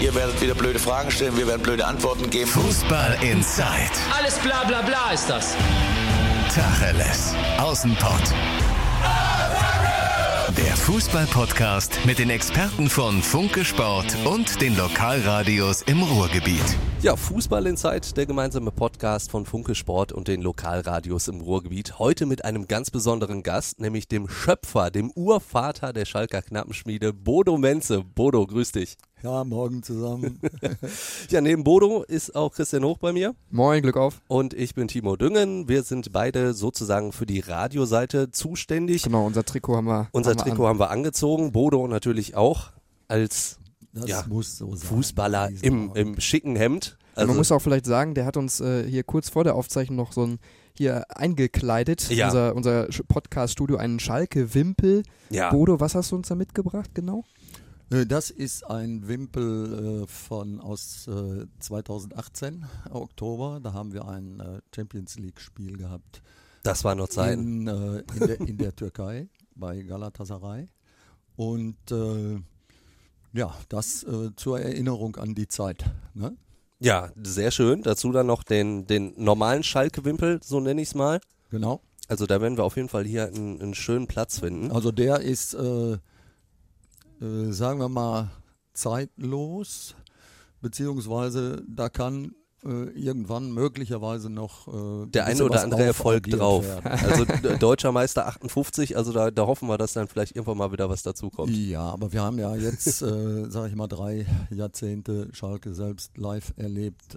Ihr werdet wieder blöde Fragen stellen, wir werden blöde Antworten geben. Fußball Inside. Alles bla bla bla ist das. Tacheles. Außenpott. Der Fußball-Podcast mit den Experten von Funke Sport und den Lokalradios im Ruhrgebiet. Ja, Fußball Inside, der gemeinsame Podcast von Funke Sport und den Lokalradios im Ruhrgebiet. Heute mit einem ganz besonderen Gast, nämlich dem Schöpfer, dem Urvater der Schalker Knappenschmiede, Bodo Menze. Bodo, grüß dich. Ja, morgen zusammen. Ja, neben Bodo ist auch Christian Hoch bei mir. Moin, Glück auf. Und ich bin Timo Düngen. Wir sind beide sozusagen für die Radioseite zuständig. Genau, unser Trikot haben wir haben wir angezogen. Bodo natürlich auch als muss so sein. Fußballer im schicken Hemd. Also man muss auch vielleicht sagen, der hat uns hier kurz vor der Aufzeichnung noch so ein hier eingekleidet, ja. unser Podcast-Studio, einen Schalke-Wimpel. Ja. Bodo, was hast du uns da mitgebracht genau? Das ist ein Wimpel aus 2018, Oktober. Da haben wir ein Champions League-Spiel gehabt. Das war noch Zeiten. In der Türkei bei Galatasaray. Und das zur Erinnerung an die Zeit. Ne? Ja, sehr schön. Dazu dann noch den normalen Schalke-Wimpel, so nenne ich es mal. Genau. Also da werden wir auf jeden Fall hier einen schönen Platz finden. Also der ist, sagen wir mal, zeitlos, beziehungsweise da kann irgendwann möglicherweise noch der eine oder andere Erfolg drauf. Also deutscher Meister 58, also da hoffen wir, dass dann vielleicht irgendwann mal wieder was dazukommt. Ja, aber wir haben ja jetzt, sage ich mal, 3 Jahrzehnte Schalke selbst live erlebt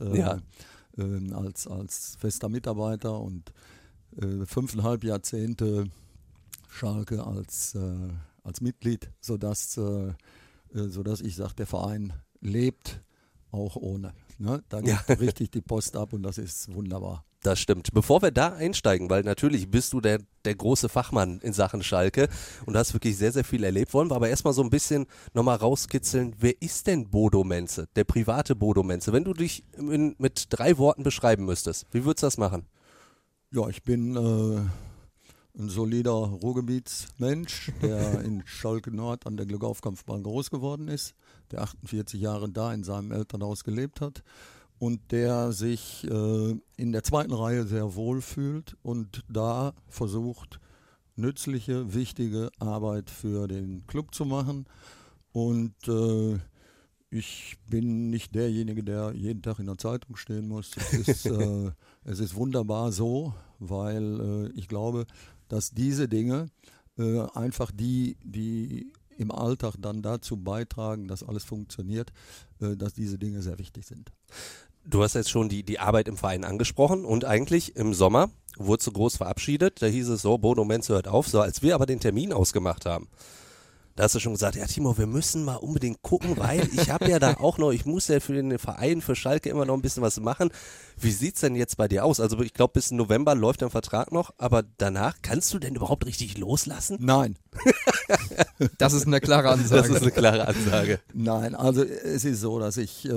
als fester Mitarbeiter und 5,5 Jahrzehnte Schalke als Mitglied, sodass ich sage, der Verein lebt auch ohne. Ne? Da geht richtig die Post ab und das ist wunderbar. Das stimmt. Bevor wir da einsteigen, weil natürlich bist du der große Fachmann in Sachen Schalke und hast wirklich sehr, sehr viel erlebt, wollen wir aber erstmal so ein bisschen nochmal rauskitzeln, wer ist denn Bodo Menze, der private Bodo Menze? Wenn du dich mit 3 Worten beschreiben müsstest, wie würdest du das machen? Ja, ich bin ein solider Ruhrgebietsmensch, der in Schalke Nord an der Glückaufkampfbahn groß geworden ist, der 48 Jahre da in seinem Elternhaus gelebt hat und der sich in der 2. Reihe sehr wohl fühlt und da versucht, nützliche, wichtige Arbeit für den Club zu machen. Und ich bin nicht derjenige, der jeden Tag in der Zeitung stehen muss. Es ist wunderbar so, weil ich glaube, dass diese Dinge einfach die im Alltag dann dazu beitragen, dass alles funktioniert, dass diese Dinge sehr wichtig sind. Du hast jetzt schon die Arbeit im Verein angesprochen und eigentlich im Sommer wurde so groß verabschiedet, da hieß es so, Bodo Menze hört auf, so als wir aber den Termin ausgemacht haben. Da hast du schon gesagt, ja Timo, wir müssen mal unbedingt gucken, weil ich habe ja da auch noch, ich muss ja für den Verein, für Schalke immer noch ein bisschen was machen. Wie sieht's denn jetzt bei dir aus? Also ich glaube, bis November läuft dein Vertrag noch, aber danach, kannst du denn überhaupt richtig loslassen? Nein. Das ist eine klare Ansage. Nein, also es ist so, dass ich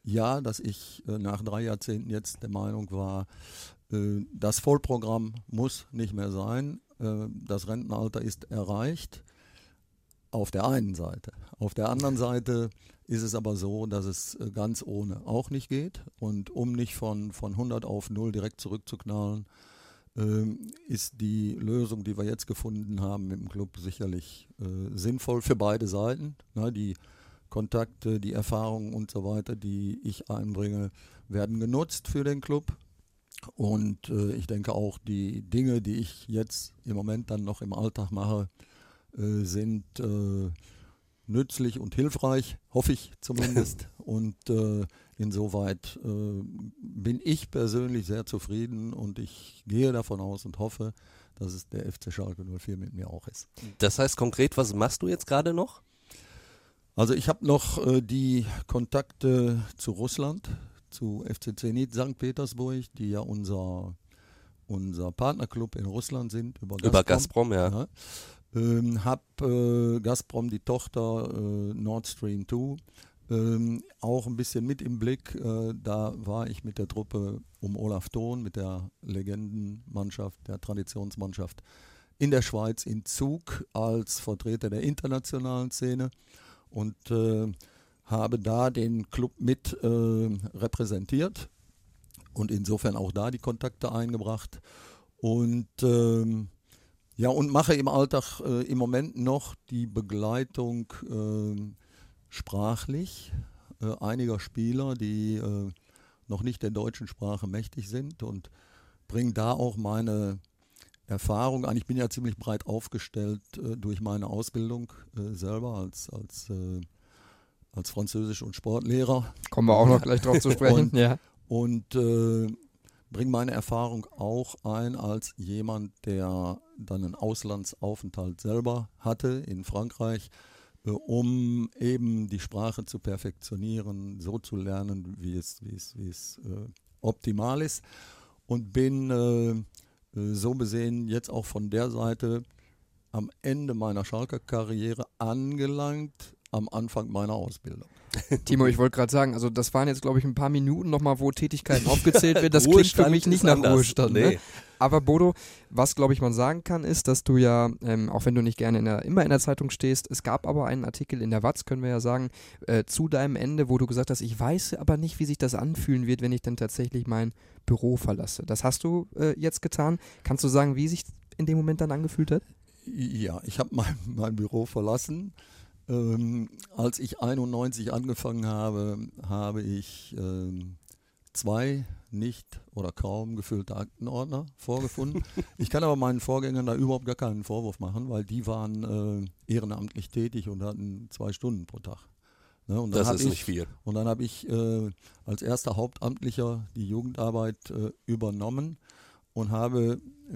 nach 3 Jahrzehnten jetzt der Meinung war, das Vollprogramm muss nicht mehr sein. Das Rentenalter ist erreicht. Auf der einen Seite. Auf der anderen Seite ist es aber so, dass es ganz ohne auch nicht geht. Und um nicht von 100 auf 0 direkt zurückzuknallen, ist die Lösung, die wir jetzt gefunden haben im Club, sicherlich sinnvoll für beide Seiten. Na, die Kontakte, die Erfahrungen und so weiter, die ich einbringe, werden genutzt für den Club. Und ich denke auch, die Dinge, die ich jetzt im Moment dann noch im Alltag mache, sind nützlich und hilfreich, hoffe ich zumindest. Und insoweit bin ich persönlich sehr zufrieden und ich gehe davon aus und hoffe, dass es der FC Schalke 04 mit mir auch ist. Das heißt konkret, was machst du jetzt gerade noch? Also ich habe noch die Kontakte zu Russland, zu FC Zenit St. Petersburg, die ja unser Partnerclub in Russland sind. Über Gazprom, ja. Habe Gazprom, die Tochter Nord Stream 2, auch ein bisschen mit im Blick. Da war ich mit der Truppe um Olaf Thon, mit der Legendenmannschaft, der Traditionsmannschaft in der Schweiz in Zug als Vertreter der internationalen Szene. Und habe da den Club mit repräsentiert und insofern auch da die Kontakte eingebracht und und mache im Alltag im Moment noch die Begleitung sprachlich einiger Spieler, die noch nicht der deutschen Sprache mächtig sind und bringe da auch meine Erfahrung an. Ich bin ja ziemlich breit aufgestellt durch meine Ausbildung selber als Französisch- und Sportlehrer. Kommen wir auch noch gleich drauf zu sprechen. Und bringe meine Erfahrung auch ein als jemand, der dann einen Auslandsaufenthalt selber hatte in Frankreich, um eben die Sprache zu perfektionieren, so zu lernen, wie es optimal ist. Und bin so besehen jetzt auch von der Seite am Ende meiner Schalke-Karriere angelangt, am Anfang meiner Ausbildung. Timo, ich wollte gerade sagen, also das waren jetzt, glaube ich, ein paar Minuten nochmal, wo Tätigkeiten aufgezählt werden. Das klingt für mich nicht nach Ruhestand. Nee. Ne? Aber Bodo, was, glaube ich, man sagen kann, ist, dass du ja, auch wenn du nicht gerne immer in der Zeitung stehst, es gab aber einen Artikel in der Watz, können wir ja sagen, zu deinem Ende, wo du gesagt hast, ich weiß aber nicht, wie sich das anfühlen wird, wenn ich dann tatsächlich mein Büro verlasse. Das hast du jetzt getan. Kannst du sagen, wie sich in dem Moment dann angefühlt hat? Ja, ich habe mein Büro verlassen. Als ich 91 angefangen habe ich 2 nicht oder kaum gefüllte Aktenordner vorgefunden. Ich kann aber meinen Vorgängern da überhaupt gar keinen Vorwurf machen, weil die waren ehrenamtlich tätig und hatten 2 Stunden pro Tag. Ne, und das ist nicht viel. Und dann habe ich als erster Hauptamtlicher die Jugendarbeit übernommen und habe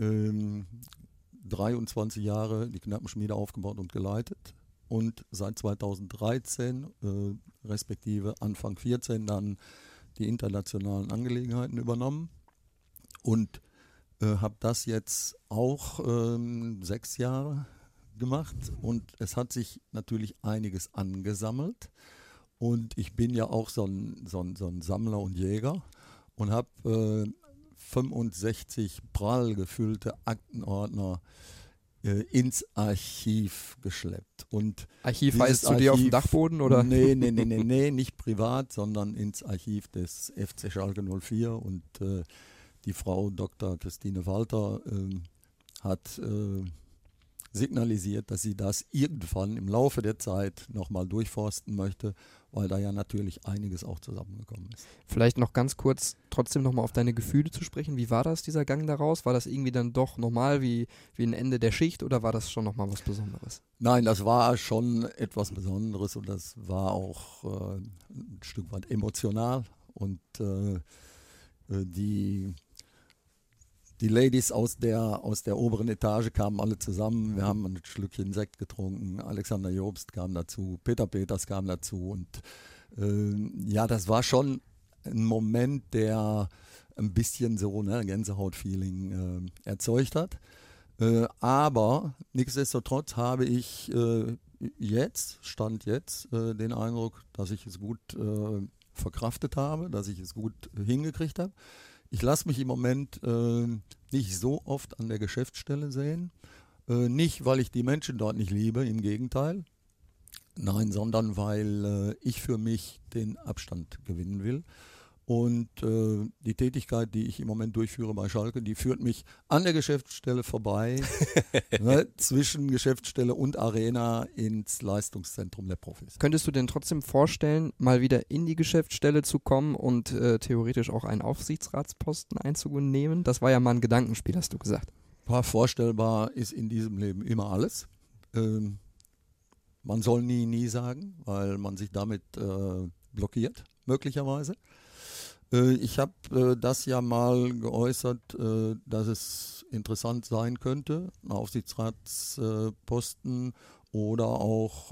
23 Jahre die Knappenschmiede aufgebaut und geleitet. Und seit 2013, respektive Anfang 2014, dann die internationalen Angelegenheiten übernommen und habe das jetzt auch 6 Jahre gemacht und es hat sich natürlich einiges angesammelt und ich bin ja auch so ein Sammler und Jäger und habe 65 prall gefüllte Aktenordner ins Archiv geschleppt. Und Archiv heißt zu dir auf dem Dachboden, oder? Nee, nicht privat, sondern ins Archiv des FC Schalke 04 und die Frau Dr. Christine Walter hat signalisiert, dass sie das irgendwann im Laufe der Zeit nochmal durchforsten möchte, weil da ja natürlich einiges auch zusammengekommen ist. Vielleicht noch ganz kurz trotzdem nochmal auf deine Gefühle zu sprechen. Wie war das, dieser Gang daraus? War das irgendwie dann doch normal wie ein Ende der Schicht oder war das schon nochmal was Besonderes? Nein, das war schon etwas Besonderes und das war auch ein Stück weit emotional und die Ladies aus der oberen Etage kamen alle zusammen. Wir haben ein Schlückchen Sekt getrunken. Alexander Jobst kam dazu, Peter Peters kam dazu. Und das war schon ein Moment, der ein bisschen so Gänsehaut-Feeling erzeugt hat. Aber nichtsdestotrotz habe ich Stand jetzt den Eindruck, dass ich es gut verkraftet habe, dass ich es gut hingekriegt habe. Ich lasse mich im Moment nicht so oft an der Geschäftsstelle sehen. Nicht, weil ich die Menschen dort nicht liebe, im Gegenteil. Nein, sondern weil ich für mich den Abstand gewinnen will. Und die Tätigkeit, die ich im Moment durchführe bei Schalke, die führt mich an der Geschäftsstelle vorbei, zwischen Geschäftsstelle und Arena ins Leistungszentrum der Profis. Könntest du denn trotzdem vorstellen, mal wieder in die Geschäftsstelle zu kommen und theoretisch auch einen Aufsichtsratsposten einzunehmen? Das war ja mal ein Gedankenspiel, hast du gesagt. Vorstellbar ist in diesem Leben immer alles. Man soll nie sagen, weil man sich damit blockiert, möglicherweise. Ich habe das ja mal geäußert, dass es interessant sein könnte, ein Aufsichtsratsposten oder auch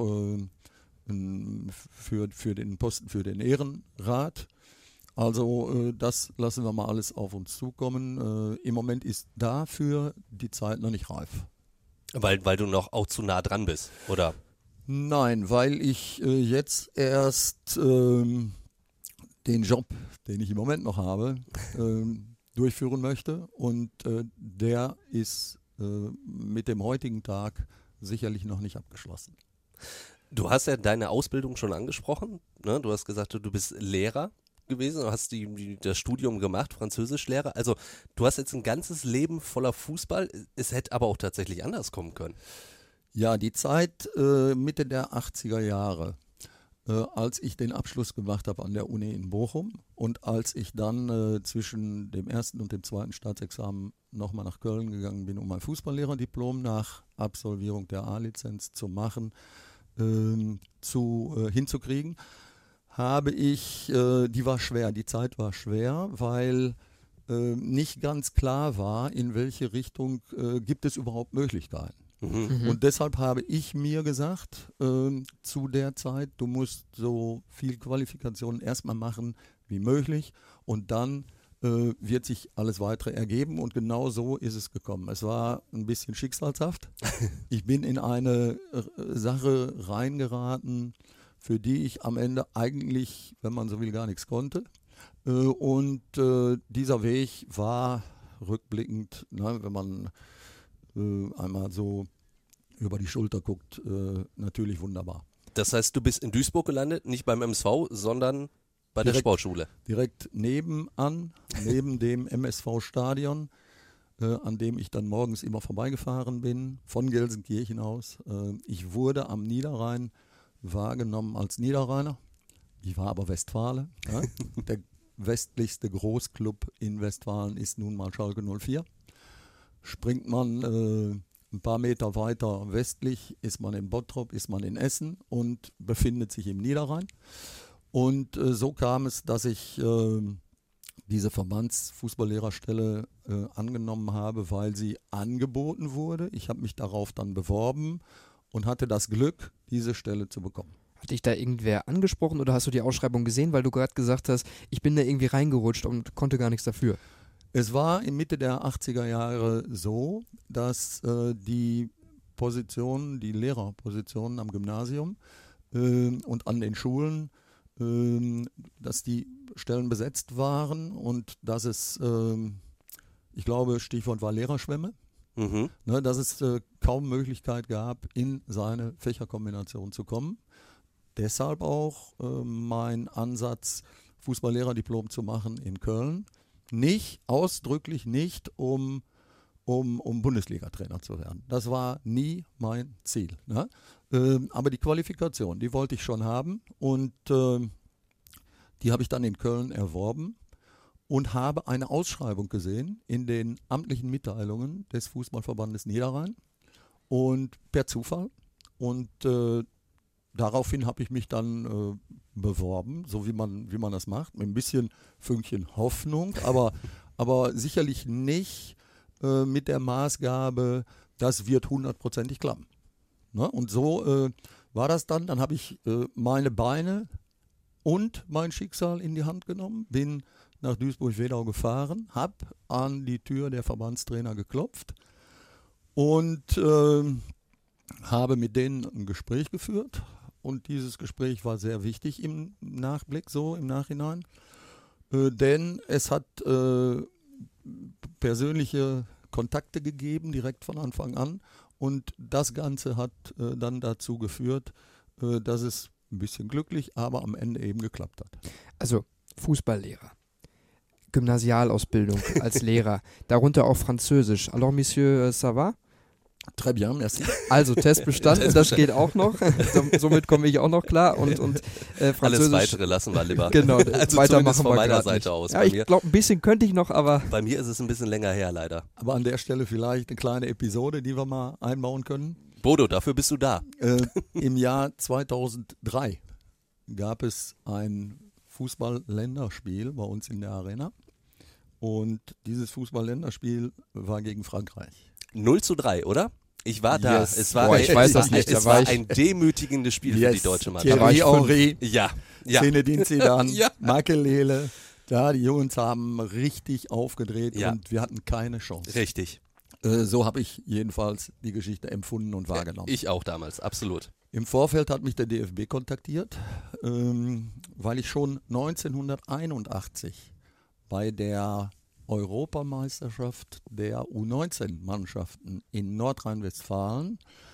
für den Posten für den Ehrenrat. Also das lassen wir mal alles auf uns zukommen. Im Moment ist dafür die Zeit noch nicht reif. Weil du noch auch zu nah dran bist, oder? Nein, weil ich jetzt erst den Job, den ich im Moment noch habe, durchführen möchte. Und der ist mit dem heutigen Tag sicherlich noch nicht abgeschlossen. Du hast ja deine Ausbildung schon angesprochen, ne? Du hast gesagt, du bist Lehrer gewesen, du hast das Studium gemacht, Französischlehrer. Also du hast jetzt ein ganzes Leben voller Fußball. Es hätte aber auch tatsächlich anders kommen können. Ja, die Zeit Mitte der 80er Jahre, als ich den Abschluss gemacht habe an der Uni in Bochum und als ich dann zwischen dem ersten und dem zweiten Staatsexamen nochmal nach Köln gegangen bin, um mein Fußballlehrerdiplom nach Absolvierung der A-Lizenz zu machen, hinzukriegen, habe ich, die Zeit war schwer, weil nicht ganz klar war, in welche Richtung gibt es überhaupt Möglichkeiten. Und deshalb habe ich mir gesagt, zu der Zeit, du musst so viel Qualifikationen erstmal machen wie möglich und dann wird sich alles weitere ergeben und genau so ist es gekommen. Es war ein bisschen schicksalshaft. Ich bin in eine Sache reingeraten, für die ich am Ende eigentlich, wenn man so will, gar nichts konnte. Und dieser Weg war rückblickend, wenn man einmal so über die Schulter guckt, natürlich wunderbar. Das heißt, du bist in Duisburg gelandet, nicht beim MSV, sondern bei der Sportschule. Direkt neben dem MSV-Stadion, an dem ich dann morgens immer vorbeigefahren bin, von Gelsenkirchen aus. Ich wurde am Niederrhein wahrgenommen als Niederrheiner. Ich war aber Westfale. Ja? Der westlichste Großclub in Westfalen ist nun mal Schalke 04. Springt man ein paar Meter weiter westlich, ist man in Bottrop, ist man in Essen und befindet sich im Niederrhein. Und so kam es, dass ich diese Verbandsfußballlehrerstelle angenommen habe, weil sie angeboten wurde. Ich habe mich darauf dann beworben und hatte das Glück, diese Stelle zu bekommen. Hat dich da irgendwer angesprochen oder hast du die Ausschreibung gesehen, weil du gerade gesagt hast, ich bin da irgendwie reingerutscht und konnte gar nichts dafür? Es war in Mitte der 80er Jahre so, dass die Lehrerpositionen am Gymnasium und an den Schulen, dass die Stellen besetzt waren und dass es, ich glaube, Stichwort war Lehrerschwemme, dass es kaum Möglichkeit gab, in seine Fächerkombination zu kommen. Deshalb auch mein Ansatz, Fußballlehrerdiplom zu machen in Köln. Ausdrücklich nicht, um Bundesliga-Trainer zu werden. Das war nie mein Ziel. Ne? Aber die Qualifikation, die wollte ich schon haben und die habe ich dann in Köln erworben und habe eine Ausschreibung gesehen in den amtlichen Mitteilungen des Fußballverbandes Niederrhein und per Zufall und daraufhin habe ich mich dann beworben, so wie man das macht, mit ein bisschen Fünkchen Hoffnung, aber sicherlich nicht mit der Maßgabe, das wird 100%ig klappen. Ne? Und so war das dann. Dann habe ich meine Beine und mein Schicksal in die Hand genommen, bin nach Duisburg-Wedau gefahren, habe an die Tür der Verbandstrainer geklopft und habe mit denen ein Gespräch geführt. Und dieses Gespräch war sehr wichtig im Nachblick, so im Nachhinein, denn es hat persönliche Kontakte gegeben, direkt von Anfang an. Und das Ganze hat dann dazu geführt, dass es ein bisschen glücklich, aber am Ende eben geklappt hat. Also Fußballlehrer, Gymnasialausbildung als Lehrer, darunter auch Französisch. Alors, Monsieur, ça va? Très bien, merci. Also Test bestanden, das geht auch noch. Somit komme ich auch noch klar. Und Französisch. Alles Weitere lassen wir lieber. Genau, also weitermachen von wir meiner grad Seite nicht. aus. Ja, ich glaube, ein bisschen könnte ich noch, aber... Bei mir ist es ein bisschen länger her, leider. Aber an der Stelle vielleicht eine kleine Episode, die wir mal einbauen können. Bodo, dafür bist du da. Im Jahr 2003 gab es ein Fußball-Länderspiel bei uns in der Arena. Und dieses Fußball-Länderspiel war gegen Frankreich. 0:3, oder? Ich war da. Yes. Es war, Boah, ich weiß das nicht. Es war ein demütigendes Spiel für die deutsche Mannschaft. Thierry Henry, Ja. Zinedine Zidane, Ja. Makelele. Ja, die Jungs haben richtig aufgedreht Ja. und wir hatten keine Chance. Richtig. So habe ich jedenfalls die Geschichte empfunden und wahrgenommen. Ich auch damals, absolut. Im Vorfeld hat mich der DFB kontaktiert, weil ich schon 1981 bei der Europameisterschaft der U19-Mannschaften in Nordrhein-Westfalen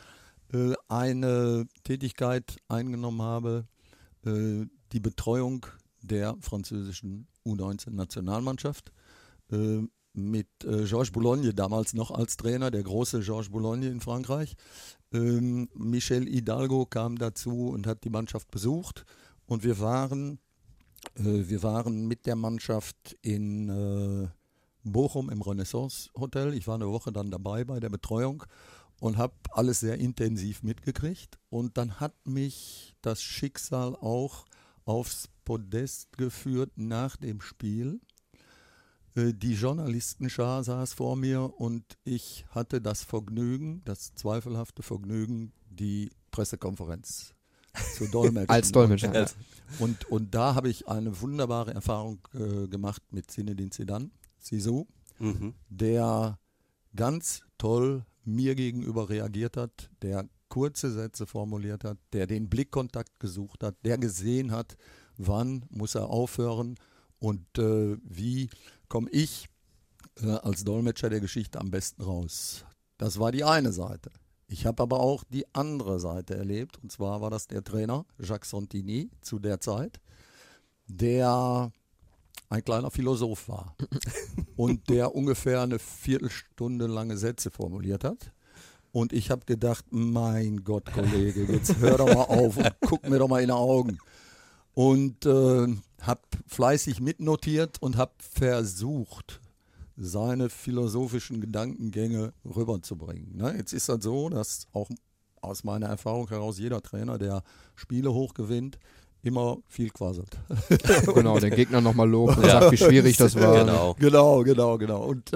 eine Tätigkeit eingenommen habe, die Betreuung der französischen U19-Nationalmannschaft mit Georges Boulogne, damals noch als Trainer, der große Georges Boulogne in Frankreich. Michel Hidalgo kam dazu und hat die Mannschaft besucht und wir waren mit der Mannschaft in Bochum im Renaissance Hotel. Ich war eine Woche dann dabei bei der Betreuung und habe alles sehr intensiv mitgekriegt. Und dann hat mich das Schicksal auch aufs Podest geführt nach dem Spiel. Die Journalistenschar saß vor mir und ich hatte das Vergnügen, das zweifelhafte Vergnügen, die Pressekonferenz zu dolmetschen. Als Dolmetscher. Ja. Und da habe ich eine wunderbare Erfahrung gemacht mit Zinedine Zizou, der ganz toll mir gegenüber reagiert hat, der kurze Sätze formuliert hat, der den Blickkontakt gesucht hat, der gesehen hat, wann muss er aufhören und wie komme ich als Dolmetscher der Geschichte am besten raus. Das war die eine Seite. Ich habe aber auch die andere Seite erlebt, und zwar war das der Trainer Jacques Santini zu der Zeit, der ein kleiner Philosoph war und der ungefähr eine Viertelstunde lange Sätze formuliert hat. Und ich habe gedacht, mein Gott, Kollege, jetzt hör doch mal auf und guck mir doch mal in die Augen. Und habe fleißig mitnotiert und habe versucht, seine philosophischen Gedankengänge rüberzubringen. Ne? Jetzt ist das so, dass auch aus meiner Erfahrung heraus jeder Trainer, der Spiele hochgewinnt, immer viel quasselt. Genau, den Gegner nochmal lobt und sagt, wie schwierig das war. Genau. Und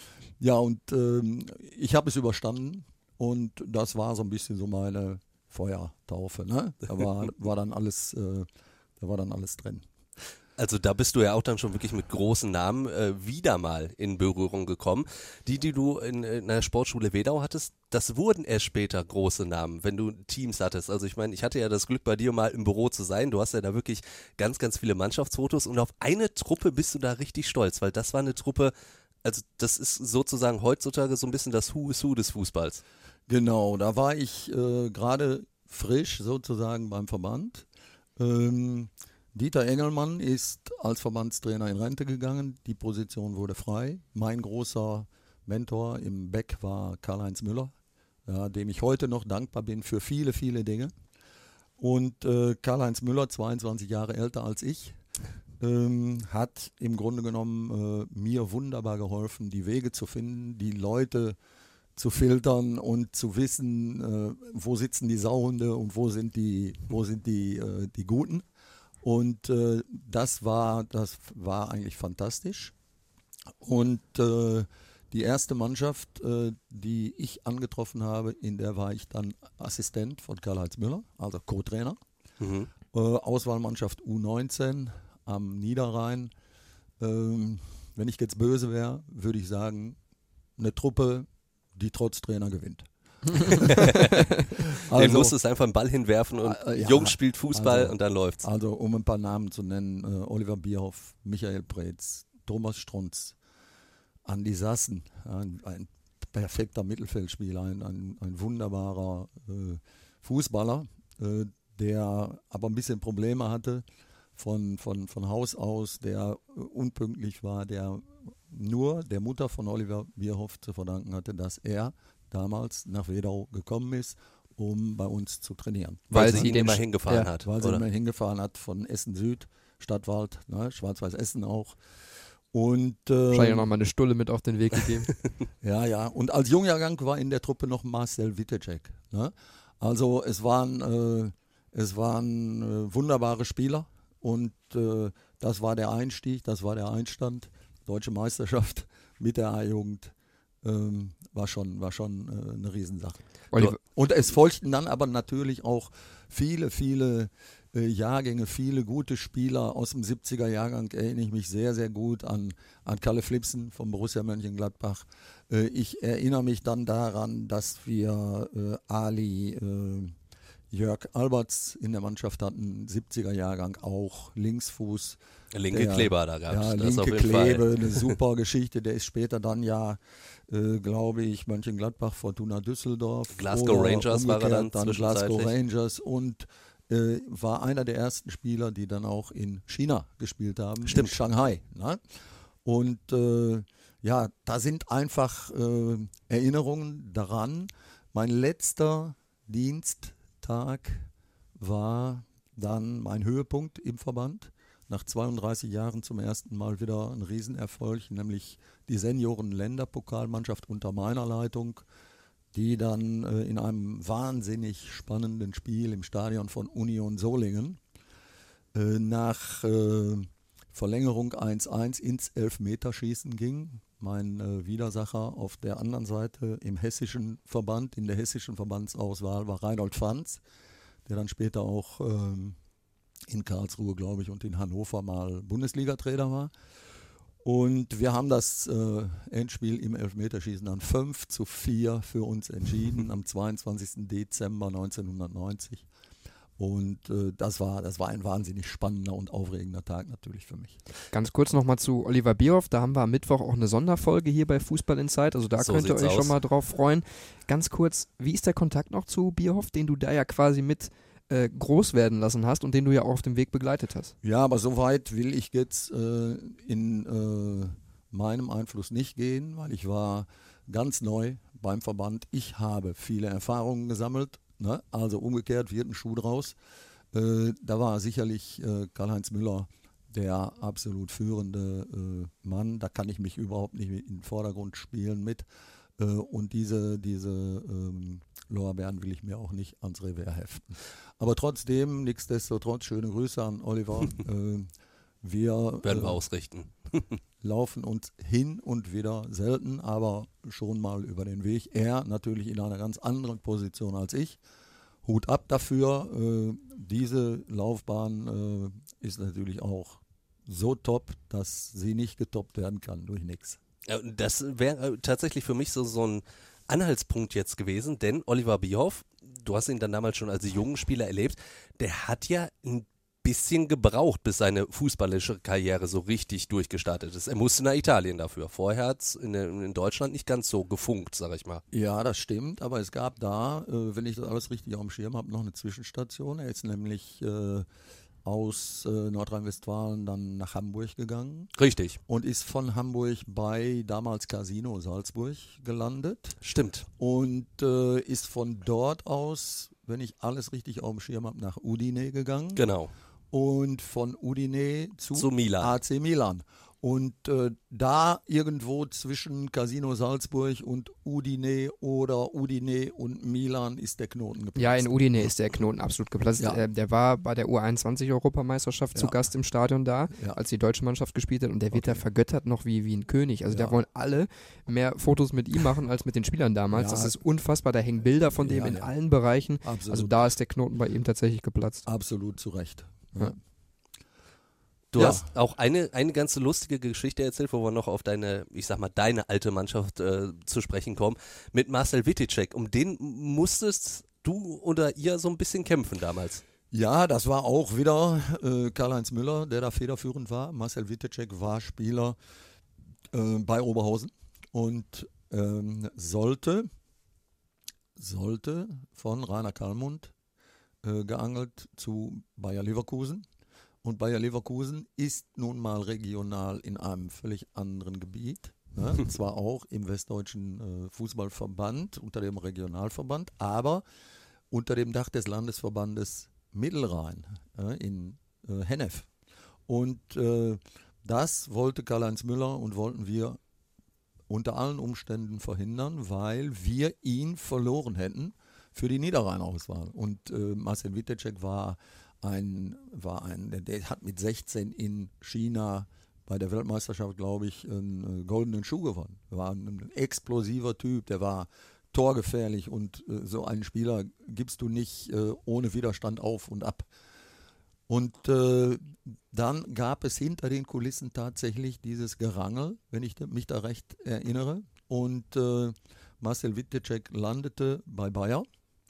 ich habe es überstanden und das war so ein bisschen so meine Feuertaufe. Ne? Da war dann alles drin. Also da bist du ja auch dann schon wirklich mit großen Namen wieder mal in Berührung gekommen. Die du in der Sportschule Wedau hattest, das wurden erst später große Namen, wenn du Teams hattest. Also ich meine, ich hatte ja das Glück, bei dir mal im Büro zu sein. Du hast ja da wirklich ganz, ganz viele Mannschaftsfotos und auf eine Truppe bist du da richtig stolz, weil das war eine Truppe, also das ist sozusagen heutzutage so ein bisschen das Who is Who des Fußballs. Genau, da war ich gerade frisch sozusagen beim Verband. Dieter Engelmann ist als Verbandstrainer in Rente gegangen, die Position wurde frei. Mein großer Mentor im Beck war Karl-Heinz Müller, ja, dem ich heute noch dankbar bin für viele, viele Dinge. Und Karl-Heinz Müller, 22 Jahre älter als ich, hat im Grunde genommen mir wunderbar geholfen, die Wege zu finden, die Leute zu filtern und zu wissen, wo sitzen die Sauhunde und wo sind die Guten. Und das war eigentlich fantastisch. Und die erste Mannschaft, die ich angetroffen habe, in der war ich dann Assistent von Karl-Heinz Müller, also Co-Trainer. Auswahlmannschaft U19 am Niederrhein. Wenn ich jetzt böse wäre, würde ich sagen, eine Truppe, die trotz Trainer gewinnt. Den musstest du einfach einen Ball hinwerfen und Jungs spielt Fußball und dann läuft's. Also um ein paar Namen zu nennen, Oliver Bierhoff, Michael Preetz, Thomas Strunz, Andi Sassen, ein perfekter Mittelfeldspieler, ein wunderbarer Fußballer, der aber ein bisschen Probleme hatte von Haus aus, der unpünktlich war, der nur der Mutter von Oliver Bierhoff zu verdanken hatte, dass er damals nach Wedau gekommen ist, um bei uns zu trainieren. Weil sie ihn immer hingefahren hat. Weil sie ihn immer hingefahren hat von Essen Süd, Stadtwald, ne, Schwarz-Weiß Essen auch. Und wahrscheinlich auch noch mal eine Stulle mit auf den Weg gegeben. Ja. Und als Jungjahrgang war in der Truppe noch Marcel Wittecek. Ne? Also es waren wunderbare Spieler und das war der Einstieg, das war der Einstand. Deutsche Meisterschaft mit der A-Jugend war schon eine Riesensache. Und es folgten dann aber natürlich auch viele Jahrgänge, viele gute Spieler aus dem 70er Jahrgang, erinnere ich mich sehr, sehr gut an Kalle Flipsen vom Borussia Mönchengladbach. Ich erinnere mich dann daran, dass wir Ali Jörg Alberts in der Mannschaft hatten, 70er-Jahrgang auch, Linksfuß. Linke Kleber da gab es. Ja, linke Klebe, eine super Geschichte. Der ist später dann glaube ich, Mönchengladbach, Fortuna Düsseldorf. Glasgow Rangers war er dann Glasgow Rangers und war einer der ersten Spieler, die dann auch in China gespielt haben. Stimmt. In Shanghai. Ne? Und da sind einfach Erinnerungen daran. Mein letzter Diensttag war dann mein Höhepunkt im Verband. Nach 32 Jahren zum ersten Mal wieder ein Riesenerfolg, nämlich die Senioren-Länderpokalmannschaft unter meiner Leitung, die dann in einem wahnsinnig spannenden Spiel im Stadion von Union Solingen nach Verlängerung 1-1 ins Elfmeterschießen ging. Mein Widersacher auf der anderen Seite im hessischen Verband, in der hessischen Verbandsauswahl war Reinhold Franz, der dann später auch in Karlsruhe, glaube ich, und in Hannover mal Bundesliga-Trainer war. Und wir haben das Endspiel im Elfmeterschießen dann 5-4 für uns entschieden am 22. Dezember 1990. Und das war ein wahnsinnig spannender und aufregender Tag natürlich für mich. Ganz kurz nochmal zu Oliver Bierhoff. Da haben wir am Mittwoch auch eine Sonderfolge hier bei Fußball Insight. Also da könnt ihr euch schon mal drauf freuen. Ganz kurz, wie ist der Kontakt noch zu Bierhoff, den du da ja quasi mit groß werden lassen hast und den du ja auch auf dem Weg begleitet hast? Ja, aber so weit will ich jetzt in meinem Einfluss nicht gehen, weil ich war ganz neu beim Verband. Ich habe viele Erfahrungen gesammelt. Ne? Also umgekehrt wird ein Schuh draus. Da war sicherlich Karl-Heinz Müller der absolut führende Mann. Da kann ich mich überhaupt nicht in den Vordergrund spielen mit. Und diese Lorbeeren will ich mir auch nicht ans Revers heften. Aber trotzdem, nichtsdestotrotz, schöne Grüße an Oliver. Wir werden wir ausrichten. Laufen uns hin und wieder selten, aber schon mal über den Weg. Er natürlich in einer ganz anderen Position als ich. Hut ab dafür. Diese Laufbahn ist natürlich auch so top, dass sie nicht getoppt werden kann durch nichts. Das wäre tatsächlich für mich so ein Anhaltspunkt jetzt gewesen, denn Oliver Bierhoff, du hast ihn dann damals schon als jungen Spieler erlebt, der hat ja ein bisschen gebraucht, bis seine fußballische Karriere so richtig durchgestartet ist. Er musste nach Italien dafür. Vorher hat es in Deutschland nicht ganz so gefunkt, sag ich mal. Ja, das stimmt, aber es gab da, wenn ich das alles richtig auf dem Schirm habe, noch eine Zwischenstation. Er ist nämlich aus Nordrhein-Westfalen dann nach Hamburg gegangen. Richtig. Und ist von Hamburg bei damals Casino Salzburg gelandet. Stimmt. Und ist von dort aus, wenn ich alles richtig auf dem Schirm habe, nach Udine gegangen. Genau. Und von Udine zu Milan. AC Milan. Und da irgendwo zwischen Casino Salzburg und Udine oder Udine und Milan ist der Knoten geplatzt. Ja, in Udine ist der Knoten absolut geplatzt. Ja. Der war bei der U21-Europameisterschaft zu Gast im Stadion da, als die deutsche Mannschaft gespielt hat. Und der wird da vergöttert noch wie ein König. Also da wollen alle mehr Fotos mit ihm machen als mit den Spielern damals. Das ist unfassbar. Da hängen Bilder von dem in allen Bereichen. Absolut. Also da ist der Knoten bei ihm tatsächlich geplatzt. Absolut zu Recht. Ja. Du hast auch eine ganz lustige Geschichte erzählt, wo wir noch auf deine alte Mannschaft zu sprechen kommen, mit Marcel Wittitschek. Um den musstest du oder ihr so ein bisschen kämpfen damals. Ja, das war auch wieder Karl-Heinz Müller, der da federführend war. Marcel Wittitschek war Spieler bei Oberhausen und sollte von Rainer Kallmund geangelt zu Bayer Leverkusen. Und Bayer Leverkusen ist nun mal regional in einem völlig anderen Gebiet. Ne? Zwar auch im Westdeutschen Fußballverband, unter dem Regionalverband, aber unter dem Dach des Landesverbandes Mittelrhein in Hennef. Und das wollte Karl-Heinz Müller und wollten wir unter allen Umständen verhindern, weil wir ihn verloren hätten für die Niederrhein-Auswahl. Und Marcel Wittitschek der hat mit 16 in China bei der Weltmeisterschaft, glaube ich, einen goldenen Schuh gewonnen. Er war ein explosiver Typ, der war torgefährlich und so einen Spieler gibst du nicht ohne Widerstand auf und ab. Und dann gab es hinter den Kulissen tatsächlich dieses Gerangel, wenn ich mich da recht erinnere. Und Marcel Wittitschek landete bei Bayer.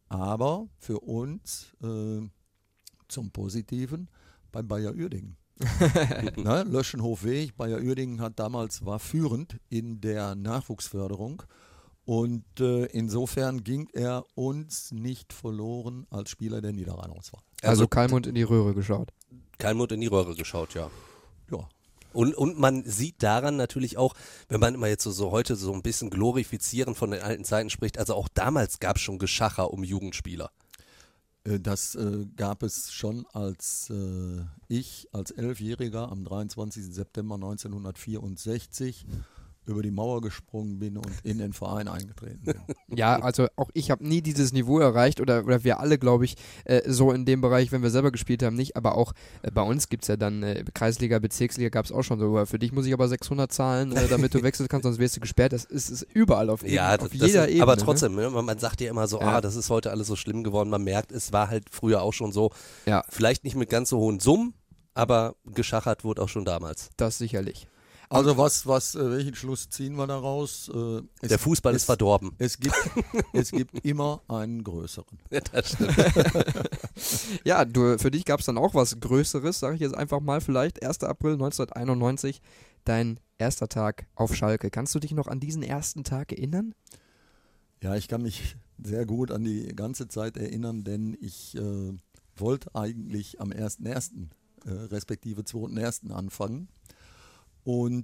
aber für uns zum Positiven bei Bayer Uerdingen. Löschenhof-Weg, Bayer Uerdingen war führend in der Nachwuchsförderung und insofern ging er uns nicht verloren als Spieler der Niederrheinauswahl. Also Kalmund in die Röhre geschaut. Kalmund in die Röhre geschaut, ja. Ja. Und man sieht daran natürlich auch, wenn man immer jetzt so heute so ein bisschen glorifizieren von den alten Zeiten spricht, also auch damals gab es schon Geschacher um Jugendspieler. Das gab es schon, als ich als 11-Jähriger am 23. September 1964 über die Mauer gesprungen bin und in den Verein eingetreten bin. Ja, also auch ich habe nie dieses Niveau erreicht oder wir alle, glaube ich, so in dem Bereich, wenn wir selber gespielt haben, nicht. Aber auch bei uns gibt es ja dann Kreisliga, Bezirksliga gab es auch schon so. Für dich muss ich aber 600 zahlen, damit du wechseln kannst, sonst wirst du gesperrt. Das ist überall auf jeder Ebene. Aber trotzdem, ne? Man sagt ja immer so, das ist heute alles so schlimm geworden. Man merkt, es war halt früher auch schon so, vielleicht nicht mit ganz so hohen Summen, aber geschachert wurde auch schon damals. Das sicherlich. Also welchen Schluss ziehen wir daraus? Der Fußball ist verdorben. Es gibt immer einen größeren. Ja, das stimmt. Ja, für dich gab es dann auch was Größeres, sage ich jetzt einfach mal vielleicht. 1. April 1991, dein erster Tag auf Schalke. Kannst du dich noch an diesen ersten Tag erinnern? Ja, ich kann mich sehr gut an die ganze Zeit erinnern, denn ich wollte eigentlich am 1.1. Respektive 2.1. anfangen. Und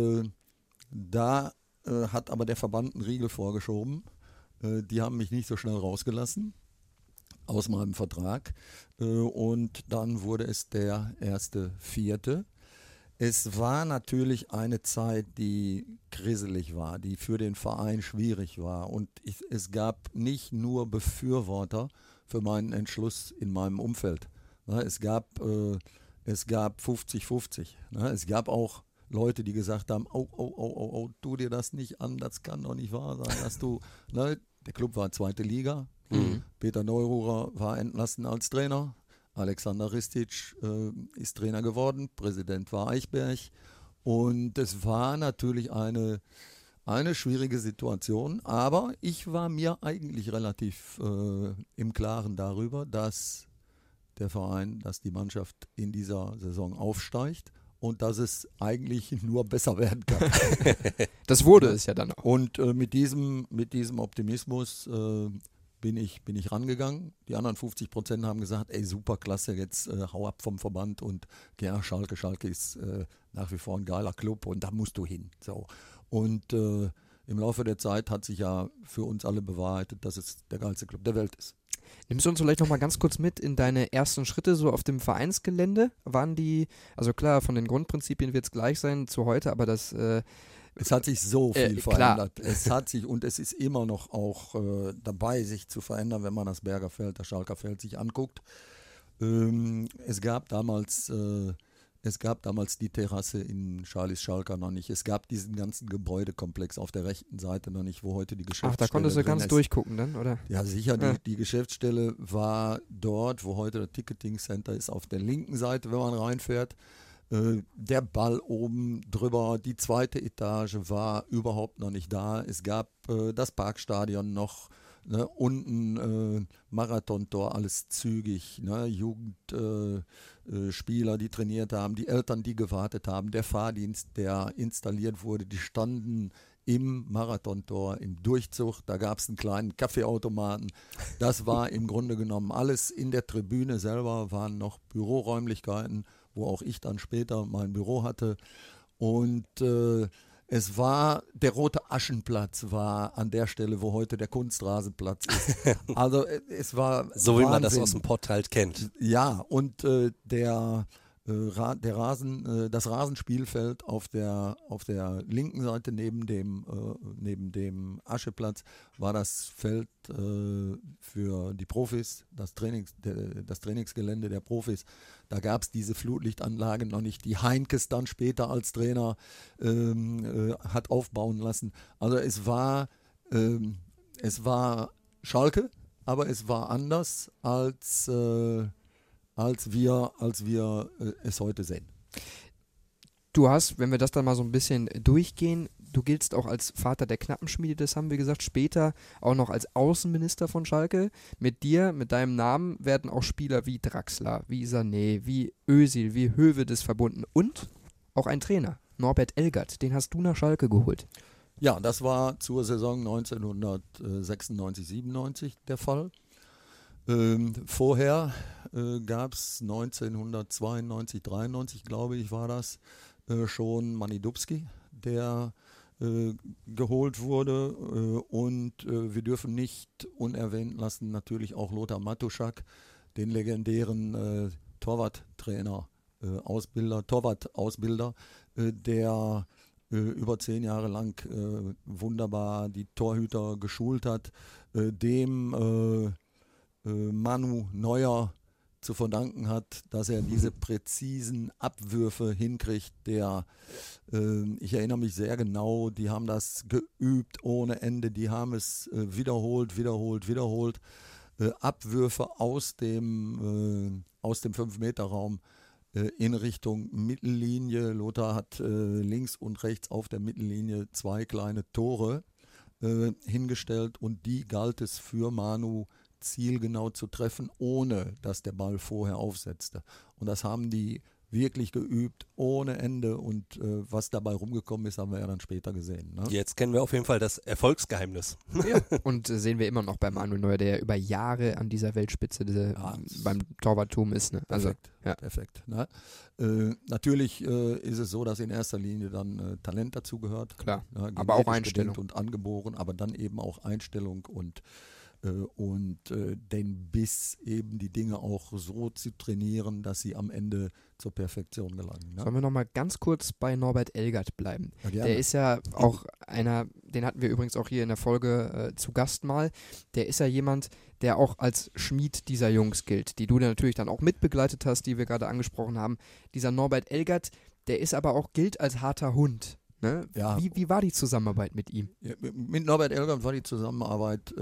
da hat aber der Verband einen Riegel vorgeschoben. Die haben mich nicht so schnell rausgelassen aus meinem Vertrag. Und dann wurde es der 1.4. Es war natürlich eine Zeit, die kriselig war, die für den Verein schwierig war. Und es gab nicht nur Befürworter für meinen Entschluss in meinem Umfeld. Es gab 50-50. Es gab auch Leute, die gesagt haben, tu dir das nicht an, das kann doch nicht wahr sein, dass du, der Club war 2. Liga, Peter Neururer war entlassen als Trainer, Alexander Ristic ist Trainer geworden, Präsident war Eichberg und es war natürlich eine schwierige Situation, aber ich war mir eigentlich relativ im Klaren darüber, dass der Verein, dass die Mannschaft in dieser Saison aufsteigt und dass es eigentlich nur besser werden kann. Das wurde es ja dann auch. Und mit diesem Optimismus bin ich rangegangen. Die anderen 50% haben gesagt, ey, super, klasse, jetzt hau ab vom Verband und ja, Schalke ist nach wie vor ein geiler Club und da musst du hin. So. Und im Laufe der Zeit hat sich ja für uns alle bewahrheitet, dass es der geilste Club der Welt ist. Nimmst du uns vielleicht noch mal ganz kurz mit in deine ersten Schritte so auf dem Vereinsgelände? Waren die, also klar, von den Grundprinzipien wird es gleich sein zu heute, aber das... Es hat sich so viel verändert. Es hat sich und es ist immer noch auch dabei, sich zu verändern, wenn man das Bergerfeld, das Schalkerfeld sich anguckt. Es gab damals die Terrasse in Charlies Schalker noch nicht. Es gab diesen ganzen Gebäudekomplex auf der rechten Seite noch nicht, wo heute die Geschäftsstelle ist. Ach, da konntest du ganz durchgucken dann, oder? Ja, sicher. Ja. Die Geschäftsstelle war dort, wo heute das Ticketing Center ist, auf der linken Seite, wenn man reinfährt. Der Ball oben drüber, die 2. Etage war überhaupt noch nicht da. Es gab das Parkstadion noch, ne, unten Marathontor, alles zügig, ne, Jugendspieler, die trainiert haben, die Eltern, die gewartet haben, der Fahrdienst, der installiert wurde, die standen im Marathontor, im Durchzug, da gab es einen kleinen Kaffeeautomaten. Das war im Grunde genommen alles. In der Tribüne selber waren noch Büroräumlichkeiten, wo auch ich dann später mein Büro hatte. Und es war, der Rote Aschenplatz war an der Stelle, wo heute der Kunstrasenplatz ist. Also es war so, wie man das aus dem Pott halt kennt. Ja, und das Rasenspielfeld auf der linken Seite neben dem Ascheplatz war das Feld für die Profis, das Trainingsgelände der Profis. Da gab es diese Flutlichtanlage noch nicht, die Heinkes dann später als Trainer hat aufbauen lassen. Also es war Schalke, aber es war anders als wir es heute sehen. Du hast, wenn wir das dann mal so ein bisschen durchgehen, du giltst auch als Vater der Knappenschmiede, das haben wir gesagt, später auch noch als Außenminister von Schalke. Mit dir, mit deinem Namen werden auch Spieler wie Draxler, wie Sané, wie Özil, wie Höwedes verbunden und auch ein Trainer, Norbert Elgert, den hast du nach Schalke geholt. Ja, das war zur Saison 1996, 97 der Fall. Vorher gab es 1992, 93, glaube ich, war das, schon Manny Dubski, der geholt wurde. Und wir dürfen nicht unerwähnt lassen, natürlich auch Lothar Matuschak, den legendären Torwarttrainer, Torwartausbilder, der über 10 Jahre lang wunderbar die Torhüter geschult hat, dem Manu Neuer zu verdanken hat, dass er diese präzisen Abwürfe hinkriegt. Ich erinnere mich sehr genau, die haben das geübt ohne Ende, die haben es wiederholt. Abwürfe aus dem 5-Meter-Raum in Richtung Mittellinie. Lothar hat links und rechts auf der Mittellinie 2 kleine Tore hingestellt und die galt es für Manu zielgenau zu treffen, ohne dass der Ball vorher aufsetzte. Und das haben die wirklich geübt, ohne Ende. Und was dabei rumgekommen ist, haben wir ja dann später gesehen. Ne? Jetzt kennen wir auf jeden Fall das Erfolgsgeheimnis. Ja. Und sehen wir immer noch bei Manuel Neuer, der über Jahre an dieser Weltspitze beim Torwartturm ist. Ne? Also, perfekt. Ne? Natürlich ist es so, dass in erster Linie dann Talent dazu gehört. Klar, ne? Aber auch Einstellung. Und angeboren, aber dann eben auch Einstellung und den Biss, eben die Dinge auch so zu trainieren, dass sie am Ende zur Perfektion gelangen. Ne? Sollen wir nochmal ganz kurz bei Norbert Elgert bleiben? Ja, der ist ja auch einer, den hatten wir übrigens auch hier in der Folge zu Gast mal, der ist ja jemand, der auch als Schmied dieser Jungs gilt, die du natürlich dann auch mitbegleitet hast, die wir gerade angesprochen haben. Dieser Norbert Elgert, der ist aber auch, gilt als harter Hund. Ne? Ja. Wie war die Zusammenarbeit mit ihm? Ja, mit Norbert Elgert war die Zusammenarbeit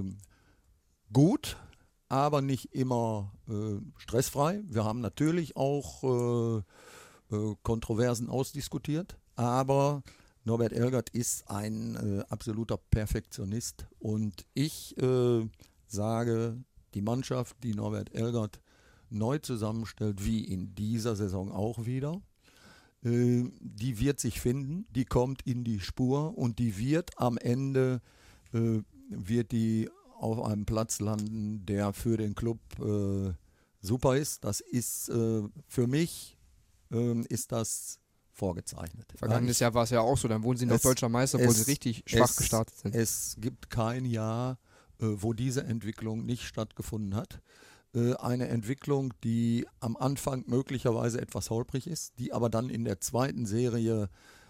gut, aber nicht immer stressfrei. Wir haben natürlich auch Kontroversen ausdiskutiert, aber Norbert Elgert ist ein absoluter Perfektionist und ich sage, die Mannschaft, die Norbert Elgert neu zusammenstellt, wie in dieser Saison auch wieder, die wird sich finden, die kommt in die Spur und die wird am Ende wird die auf einem Platz landen, der für den Club super ist. Das ist für mich ist das vorgezeichnet. Vergangenes Jahr war es ja auch so, dann wurden sie noch deutscher Meister, obwohl sie richtig schwach gestartet sind. Es gibt kein Jahr, wo diese Entwicklung nicht stattgefunden hat. Eine Entwicklung, die am Anfang möglicherweise etwas holprig ist, die aber dann in der zweiten Serie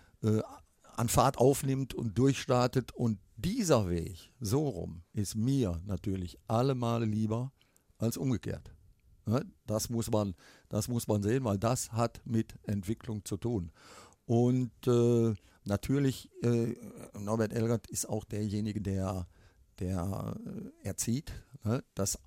an Fahrt aufnimmt und durchstartet. Und dieser Weg, so rum, ist mir natürlich allemal lieber als umgekehrt. Das muss man sehen, weil das hat mit Entwicklung zu tun. Und natürlich, Norbert Elgert ist auch derjenige, der erzieht. Das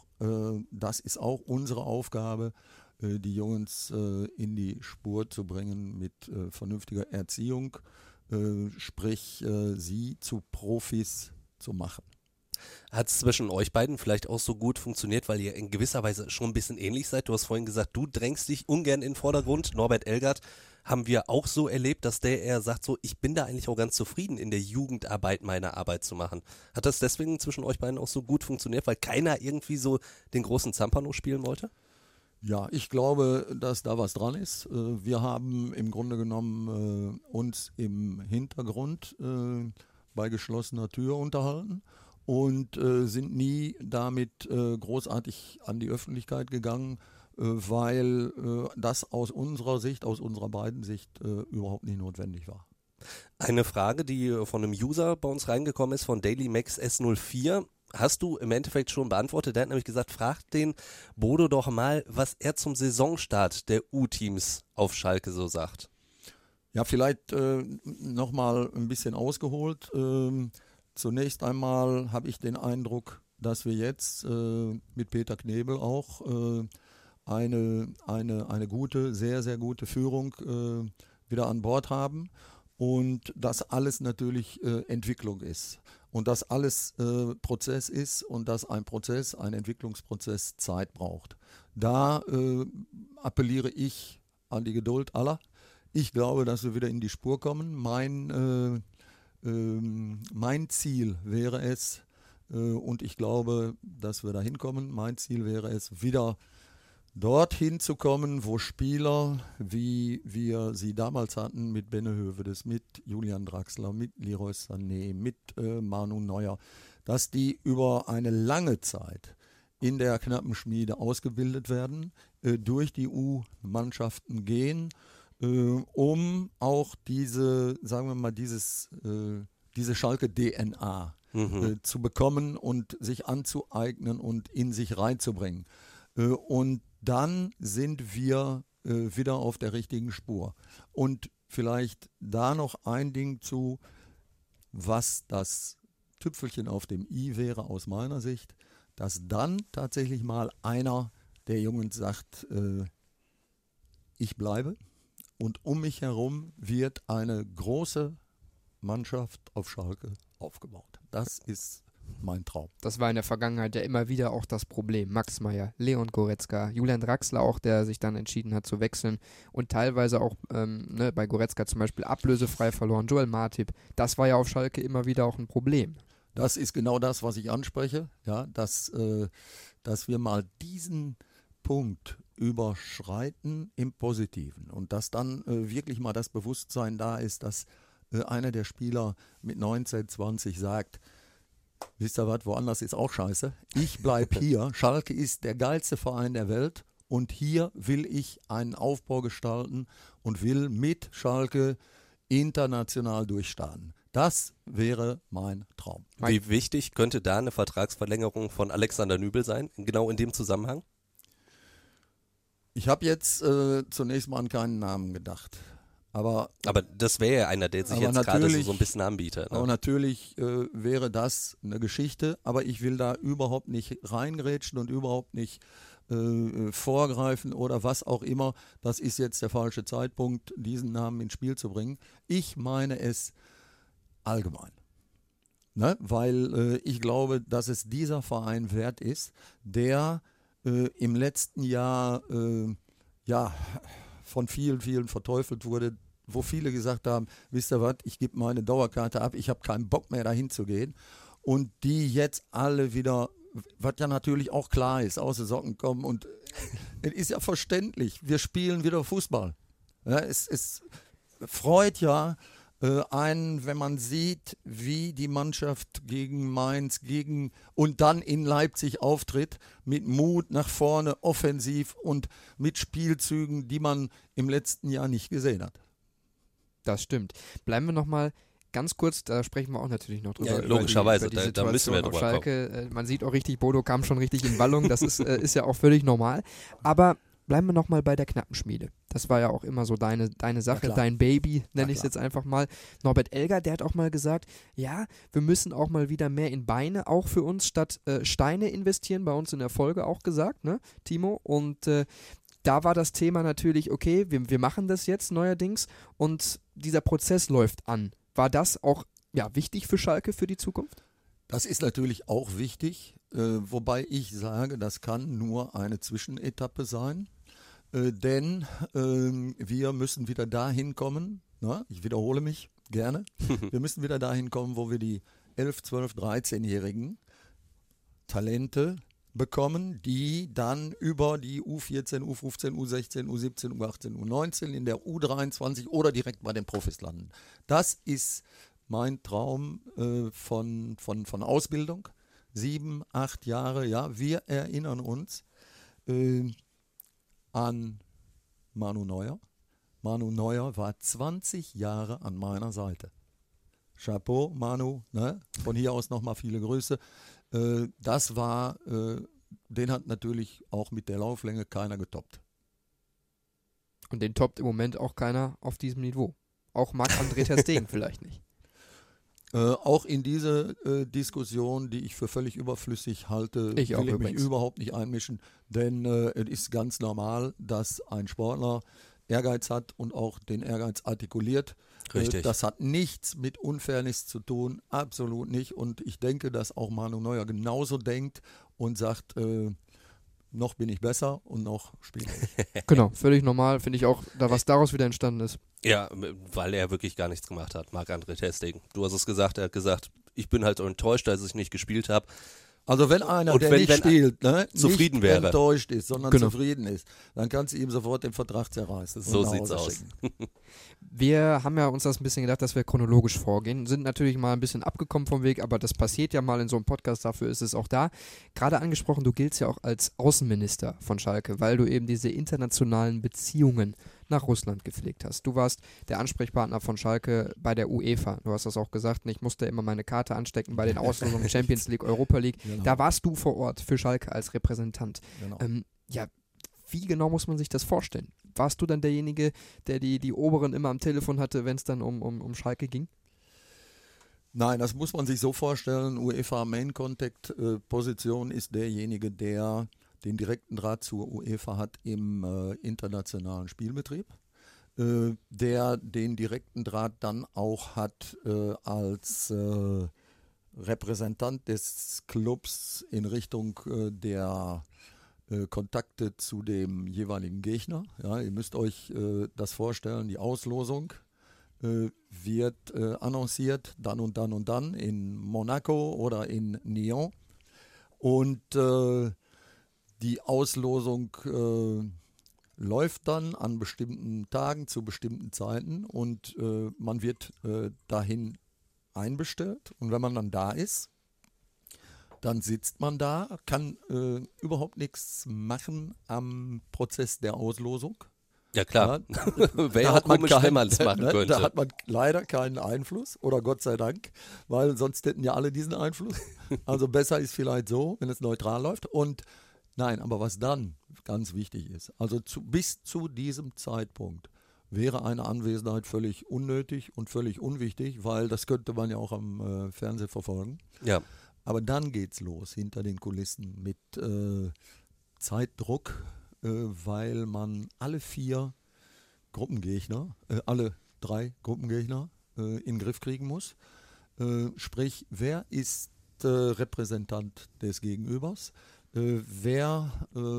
ist auch unsere Aufgabe, die Jungs in die Spur zu bringen mit vernünftiger Erziehung, sprich sie zu Profis zu machen. Hat es zwischen euch beiden vielleicht auch so gut funktioniert, weil ihr in gewisser Weise schon ein bisschen ähnlich seid? Du hast vorhin gesagt, du drängst dich ungern in den Vordergrund. Norbert Elgert haben wir auch so erlebt, dass der eher sagt so, ich bin da eigentlich auch ganz zufrieden, in der Jugendarbeit meine Arbeit zu machen. Hat das deswegen zwischen euch beiden auch so gut funktioniert, weil keiner irgendwie so den großen Zampano spielen wollte? Ja, ich glaube, dass da was dran ist. Wir haben im Grunde genommen uns im Hintergrund bei geschlossener Tür unterhalten und sind nie damit großartig an die Öffentlichkeit gegangen, weil das aus unserer Sicht, aus unserer beiden Sicht überhaupt nicht notwendig war. Eine Frage, die von einem User bei uns reingekommen ist, von DailyMax S04, hast du im Endeffekt schon beantwortet. Der hat nämlich gesagt, fragt den Bodo doch mal, was er zum Saisonstart der U-Teams auf Schalke so sagt. Ja, vielleicht nochmal ein bisschen ausgeholt. Zunächst einmal habe ich den Eindruck, dass wir jetzt mit Peter Knebel auch eine gute, sehr, sehr gute Führung wieder an Bord haben und dass alles natürlich Entwicklung ist und dass alles Prozess ist und dass ein Entwicklungsprozess Zeit braucht. Da appelliere ich an die Geduld aller. Ich glaube, dass wir wieder in die Spur kommen. Mein Ziel wäre es, und ich glaube, dass wir da hinkommen, mein Ziel wäre es, wieder dorthin zu kommen, wo Spieler, wie wir sie damals hatten, mit Benne Hövedes, mit Julian Draxler, mit Leroy Sané, mit Manu Neuer, dass die über eine lange Zeit in der Knappenschmiede ausgebildet werden, durch die U-Mannschaften gehen, um auch diese, sagen wir mal, diese Schalke-DNA zu bekommen und sich anzueignen und in sich reinzubringen. Und dann sind wir wieder auf der richtigen Spur. Und vielleicht da noch ein Ding zu, was das Tüpfelchen auf dem i wäre aus meiner Sicht, dass dann tatsächlich mal einer der Jungen sagt, ich bleibe. Und um mich herum wird eine große Mannschaft auf Schalke aufgebaut. Das ist mein Traum. Das war in der Vergangenheit ja immer wieder auch das Problem. Max Meyer, Leon Goretzka, Julian Draxler auch, der sich dann entschieden hat zu wechseln und teilweise auch bei Goretzka zum Beispiel ablösefrei verloren. Joel Matip, das war ja auf Schalke immer wieder auch ein Problem. Das ist genau das, was ich anspreche, ja, dass wir mal diesen Punkt überschreiten im Positiven und dass dann wirklich mal das Bewusstsein da ist, dass einer der Spieler mit 19, 20 sagt, wisst ihr was, woanders ist auch scheiße, ich bleibe hier, Schalke ist der geilste Verein der Welt und hier will ich einen Aufbau gestalten und will mit Schalke international durchstarten. Das wäre mein Traum. Wie wichtig könnte da eine Vertragsverlängerung von Alexander Nübel sein, genau in dem Zusammenhang? Ich habe jetzt zunächst mal an keinen Namen gedacht. Aber das wäre ja einer, der sich jetzt gerade so ein bisschen anbietet. Ne? Aber natürlich wäre das eine Geschichte, aber ich will da überhaupt nicht reingrätschen und überhaupt nicht vorgreifen oder was auch immer. Das ist jetzt der falsche Zeitpunkt, diesen Namen ins Spiel zu bringen. Ich meine es allgemein. Ne? Weil ich glaube, dass es dieser Verein wert ist, der im letzten Jahr von vielen, vielen verteufelt wurde, wo viele gesagt haben, wisst ihr was, ich gebe meine Dauerkarte ab, ich habe keinen Bock mehr dahin zu gehen. Und die jetzt alle wieder, was ja natürlich auch klar ist, aus den Socken kommen. Und es ist ja verständlich, wir spielen wieder Fußball. Ja, es freut ja einen, wenn man sieht, wie die Mannschaft gegen Mainz und dann in Leipzig auftritt, mit Mut nach vorne, offensiv und mit Spielzügen, die man im letzten Jahr nicht gesehen hat. Das stimmt. Bleiben wir nochmal ganz kurz, da sprechen wir auch natürlich noch drüber. Ja, logischerweise, über die da müssen wir drüber Schalke. kommen. Man sieht auch richtig, Bodo kam schon richtig in Wallung, das ist ja auch völlig normal. Aber bleiben wir nochmal bei der Knappenschmiede. Das war ja auch immer so deine Sache, dein Baby, nenne ich es jetzt einfach mal. Norbert Elger, der hat auch mal gesagt, ja, wir müssen auch mal wieder mehr in Beine, auch für uns, statt Steine investieren, bei uns in der Folge auch gesagt, ne, Timo? Und da war das Thema natürlich, okay, wir machen das jetzt neuerdings und dieser Prozess läuft an. War das auch wichtig für Schalke für die Zukunft? Das ist natürlich auch wichtig, wobei ich sage, das kann nur eine Zwischenetappe sein. Denn wir müssen wieder dahin kommen, ich wiederhole mich gerne, wir müssen wieder dahin kommen, wo wir die 11-, 12-, 13-jährigen Talente bekommen, die dann über die U14, U15, U16, U17, U18, U19 in der U23 oder direkt bei den Profis landen. Das ist mein Traum von Ausbildung. 7, 8 Jahre, ja, wir erinnern uns an Manu Neuer. Manu Neuer war 20 Jahre an meiner Seite. Chapeau, Manu, ne? Von hier aus nochmal viele Grüße. Das war, den hat natürlich auch mit der Lauflänge keiner getoppt. Und den toppt im Moment auch keiner auf diesem Niveau. Auch Marc-André ter Stegen vielleicht nicht. Auch in diese Diskussion, die ich für völlig überflüssig halte, will ich mich überhaupt nicht einmischen, denn es ist ganz normal, dass ein Sportler, Ehrgeiz hat und auch den Ehrgeiz artikuliert. Richtig. Das hat nichts mit Unfairness zu tun, absolut nicht. Und ich denke, dass auch Manu Neuer genauso denkt und sagt, noch bin ich besser und noch spiele ich. Genau, völlig normal, finde ich auch, was daraus wieder entstanden ist. Ja, weil er wirklich gar nichts gemacht hat, Marc-André ter Stegen. Du hast es gesagt, er hat gesagt, ich bin halt enttäuscht, dass ich nicht gespielt habe. Also wenn einer, Und der wenn nicht spielt, zufrieden nicht wäre. enttäuscht ist, sondern Genau. zufrieden ist, dann kannst du ihm sofort den Vertrag zerreißen. So und nach sieht's Hause aus. schicken. Wir haben ja uns das ein bisschen gedacht, dass wir chronologisch vorgehen, sind natürlich mal ein bisschen abgekommen vom Weg, aber das passiert ja mal in so einem Podcast, dafür ist es auch da. Gerade angesprochen, du giltst ja auch als Außenminister von Schalke, weil du eben diese internationalen Beziehungen nach Russland gepflegt hast. Du warst der Ansprechpartner von Schalke bei der UEFA. Du hast das auch gesagt, ich musste immer meine Karte anstecken bei den Auslosungen Champions League, Europa League. Genau. Da warst du vor Ort für Schalke als Repräsentant. Genau. Ja, wie genau muss man sich das vorstellen? Warst du dann derjenige, der die Oberen immer am Telefon hatte, wenn es dann um Schalke ging? Nein, das muss man sich so vorstellen. UEFA Main Contact Position ist derjenige, der den direkten Draht zur UEFA hat im internationalen Spielbetrieb, der den direkten Draht dann auch hat als Repräsentant des Clubs in Richtung der Kontakte zu dem jeweiligen Gegner. Ja, ihr müsst euch das vorstellen, die Auslosung wird annonciert, dann und dann und dann in Monaco oder in Nyon. Und die Auslosung läuft dann an bestimmten Tagen zu bestimmten Zeiten und man wird dahin einbestellt. Und wenn man dann da ist, dann sitzt man da, kann überhaupt nichts machen am Prozess der Auslosung. Ja klar, Ja, wäre ja komisch, wenn man es machen könnte. Da hat man leider keinen Einfluss, oder Gott sei Dank, weil sonst hätten ja alle diesen Einfluss. Also besser ist vielleicht so, wenn es neutral läuft. Und nein, aber was dann ganz wichtig ist, also bis zu diesem Zeitpunkt wäre eine Anwesenheit völlig unnötig und völlig unwichtig, weil das könnte man ja auch am Fernsehen verfolgen. Ja. Aber dann geht's los hinter den Kulissen mit Zeitdruck, weil man alle drei Gruppengegner in den Griff kriegen muss. Sprich, wer ist Repräsentant des Gegenübers? Wer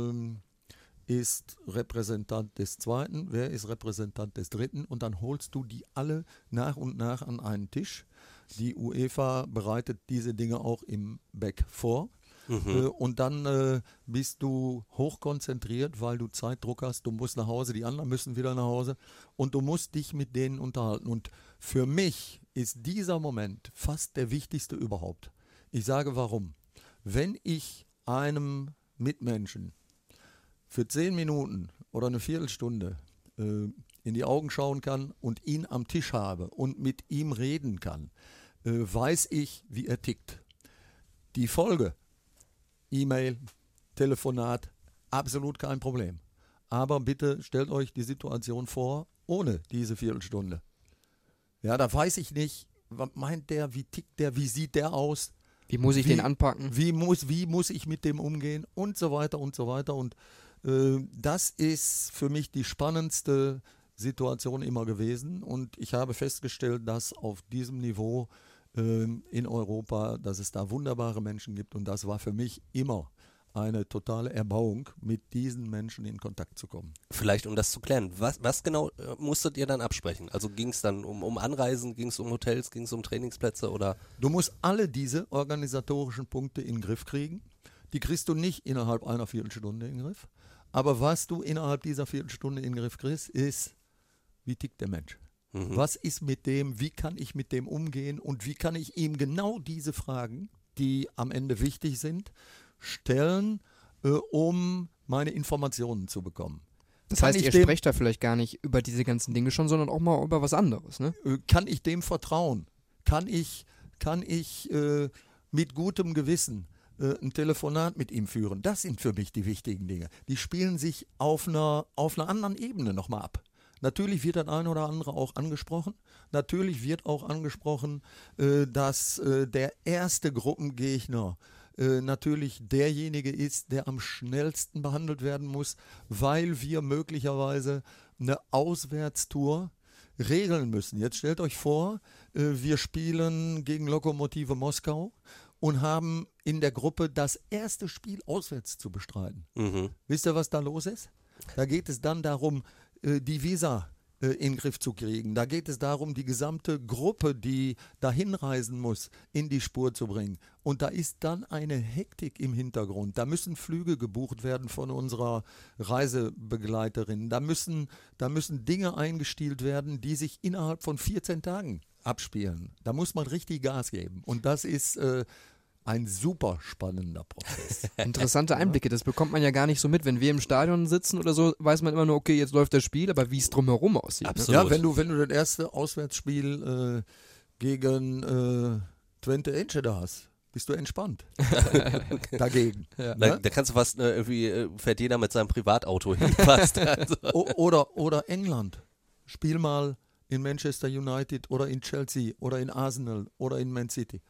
ist Repräsentant des Zweiten? Wer ist Repräsentant des Dritten? Und dann holst du die alle nach und nach an einen Tisch. Die UEFA bereitet diese Dinge auch im Back vor. Und dann bist du hochkonzentriert, weil du Zeitdruck hast. Du musst nach Hause, die anderen müssen wieder nach Hause. Und du musst dich mit denen unterhalten. Und für mich ist dieser Moment fast der wichtigste überhaupt. Ich sage warum. Wenn ich einem Mitmenschen für 10 Minuten oder eine Viertelstunde in die Augen schauen kann und ihn am Tisch habe und mit ihm reden kann, weiß ich, wie er tickt. Die Folge, E-Mail, Telefonat, absolut kein Problem. Aber bitte stellt euch die Situation vor, ohne diese Viertelstunde. Ja, da weiß ich nicht, was meint der, wie tickt der, wie sieht der aus? Wie muss ich den anpacken? Wie muss ich mit dem umgehen und so weiter und so weiter. Und das ist für mich die spannendste Situation immer gewesen. Und ich habe festgestellt, dass auf diesem Niveau in Europa, dass es da wunderbare Menschen gibt. Und das war für mich immer eine totale Erbauung, mit diesen Menschen in Kontakt zu kommen. Vielleicht, um das zu klären, was genau musstet ihr dann absprechen? Also ging es dann um Anreisen, ging es um Hotels, ging es um Trainingsplätze oder? Du musst alle diese organisatorischen Punkte in den Griff kriegen. Die kriegst du nicht innerhalb einer Viertelstunde in den Griff. Aber was du innerhalb dieser Viertelstunde in den Griff kriegst, ist, wie tickt der Mensch? Was ist mit dem, wie kann ich mit dem umgehen und wie kann ich ihm genau diese Fragen, die am Ende wichtig sind, stellen, um meine Informationen zu bekommen. Das heißt, ihr sprecht da vielleicht gar nicht über diese ganzen Dinge schon, sondern auch mal über was anderes, ne? Kann ich dem vertrauen? Kann ich mit gutem Gewissen ein Telefonat mit ihm führen? Das sind für mich die wichtigen Dinge. Die spielen sich auf einer anderen Ebene nochmal ab. Natürlich wird das eine oder andere auch angesprochen. Natürlich wird auch angesprochen, dass der erste Gruppengegner natürlich derjenige ist, der am schnellsten behandelt werden muss, weil wir möglicherweise eine Auswärtstour regeln müssen. Jetzt stellt euch vor, wir spielen gegen Lokomotive Moskau und haben in der Gruppe das erste Spiel auswärts zu bestreiten. Wisst ihr, was da los ist? Da geht es dann darum, die Visa in den Griff zu kriegen. Da geht es darum, die gesamte Gruppe, die dahin reisen muss, in die Spur zu bringen. Und da ist dann eine Hektik im Hintergrund. Da müssen Flüge gebucht werden von unserer Reisebegleiterin. Da müssen Dinge eingestielt werden, die sich innerhalb von 14 Tagen abspielen. Da muss man richtig Gas geben. Und das ist ein super spannender Prozess. Interessante Einblicke, das bekommt man ja gar nicht so mit. Wenn wir im Stadion sitzen oder so, weiß man immer nur, okay, jetzt läuft das Spiel, aber wie es drumherum aussieht. Absolut. Ja, wenn du das erste Auswärtsspiel gegen Twente Enschede hast, bist du entspannt dagegen. Ja. Ne? Da kannst du fast irgendwie, fährt jeder mit seinem Privatauto hin. Fast. Also. Oder England. Spiel mal in Manchester United oder in Chelsea oder in Arsenal oder in Man City.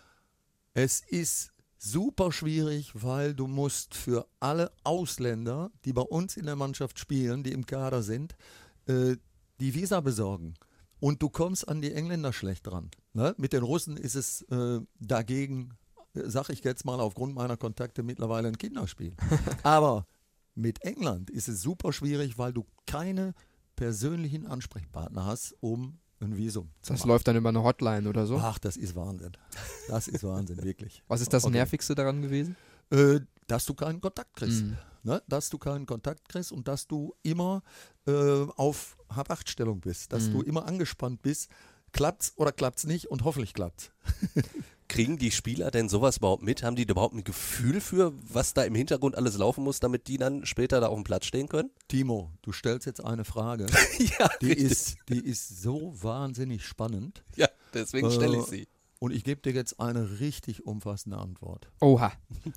Es ist super schwierig, weil du musst für alle Ausländer, die bei uns in der Mannschaft spielen, die im Kader sind, die Visa besorgen. Und du kommst an die Engländer schlecht dran. Ne? Mit den Russen ist es dagegen, sag ich jetzt mal aufgrund meiner Kontakte, mittlerweile ein Kinderspiel. Aber mit England ist es super schwierig, weil du keine persönlichen Ansprechpartner hast, um ein Visum zu Das machen. läuft dann über eine Hotline oder so. Ach, das ist Wahnsinn. Das ist Wahnsinn, wirklich. Was ist das Okay. Nervigste daran gewesen? Dass du keinen Kontakt kriegst. Mhm. Ne? Dass du keinen Kontakt kriegst und dass du immer auf Hab-Acht-Stellung bist. Dass du immer angespannt bist. Klappt's oder klappt's nicht und hoffentlich klappt's. Kriegen die Spieler denn sowas überhaupt mit? Haben die da überhaupt ein Gefühl für, was da im Hintergrund alles laufen muss, damit die dann später da auf dem Platz stehen können? Timo, du stellst jetzt eine Frage, Ja, die ist so wahnsinnig spannend. Ja, deswegen stelle ich sie. Und ich gebe dir jetzt eine richtig umfassende Antwort. Oha.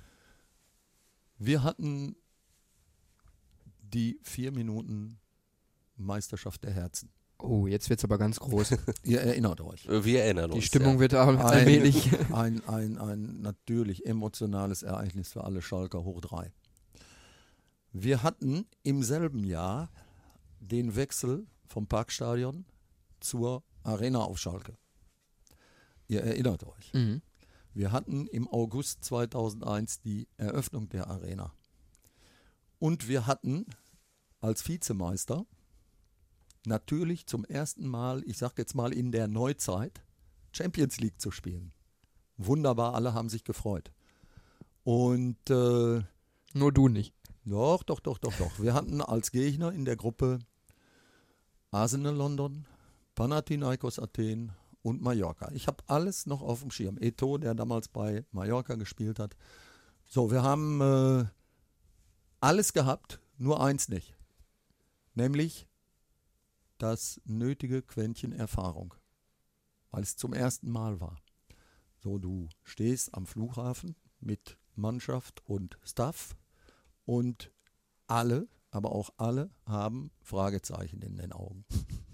Wir hatten die 4 Minuten Meisterschaft der Herzen. Oh, jetzt wird's aber ganz groß. Ihr erinnert euch. Wir erinnern uns. Die Stimmung ja. wird allmählich. Ein natürlich emotionales Ereignis für alle Schalker hoch 3. Wir hatten im selben Jahr den Wechsel vom Parkstadion zur Arena auf Schalke. Ihr erinnert euch. Mhm. Wir hatten im August 2001 die Eröffnung der Arena. Und wir hatten als Vizemeister natürlich zum ersten Mal, ich sage jetzt mal in der Neuzeit, Champions League zu spielen. Wunderbar, alle haben sich gefreut. Und Nur du nicht. doch. Wir hatten als Gegner in der Gruppe Arsenal London, Panathinaikos Athen und Mallorca. Ich habe alles noch auf dem Schirm. Eto'o, der damals bei Mallorca gespielt hat. So, wir haben alles gehabt, nur eins nicht. Nämlich das nötige Quäntchen Erfahrung, weil es zum ersten Mal war. So, du stehst am Flughafen mit Mannschaft und Staff und alle, aber auch alle haben Fragezeichen in den Augen.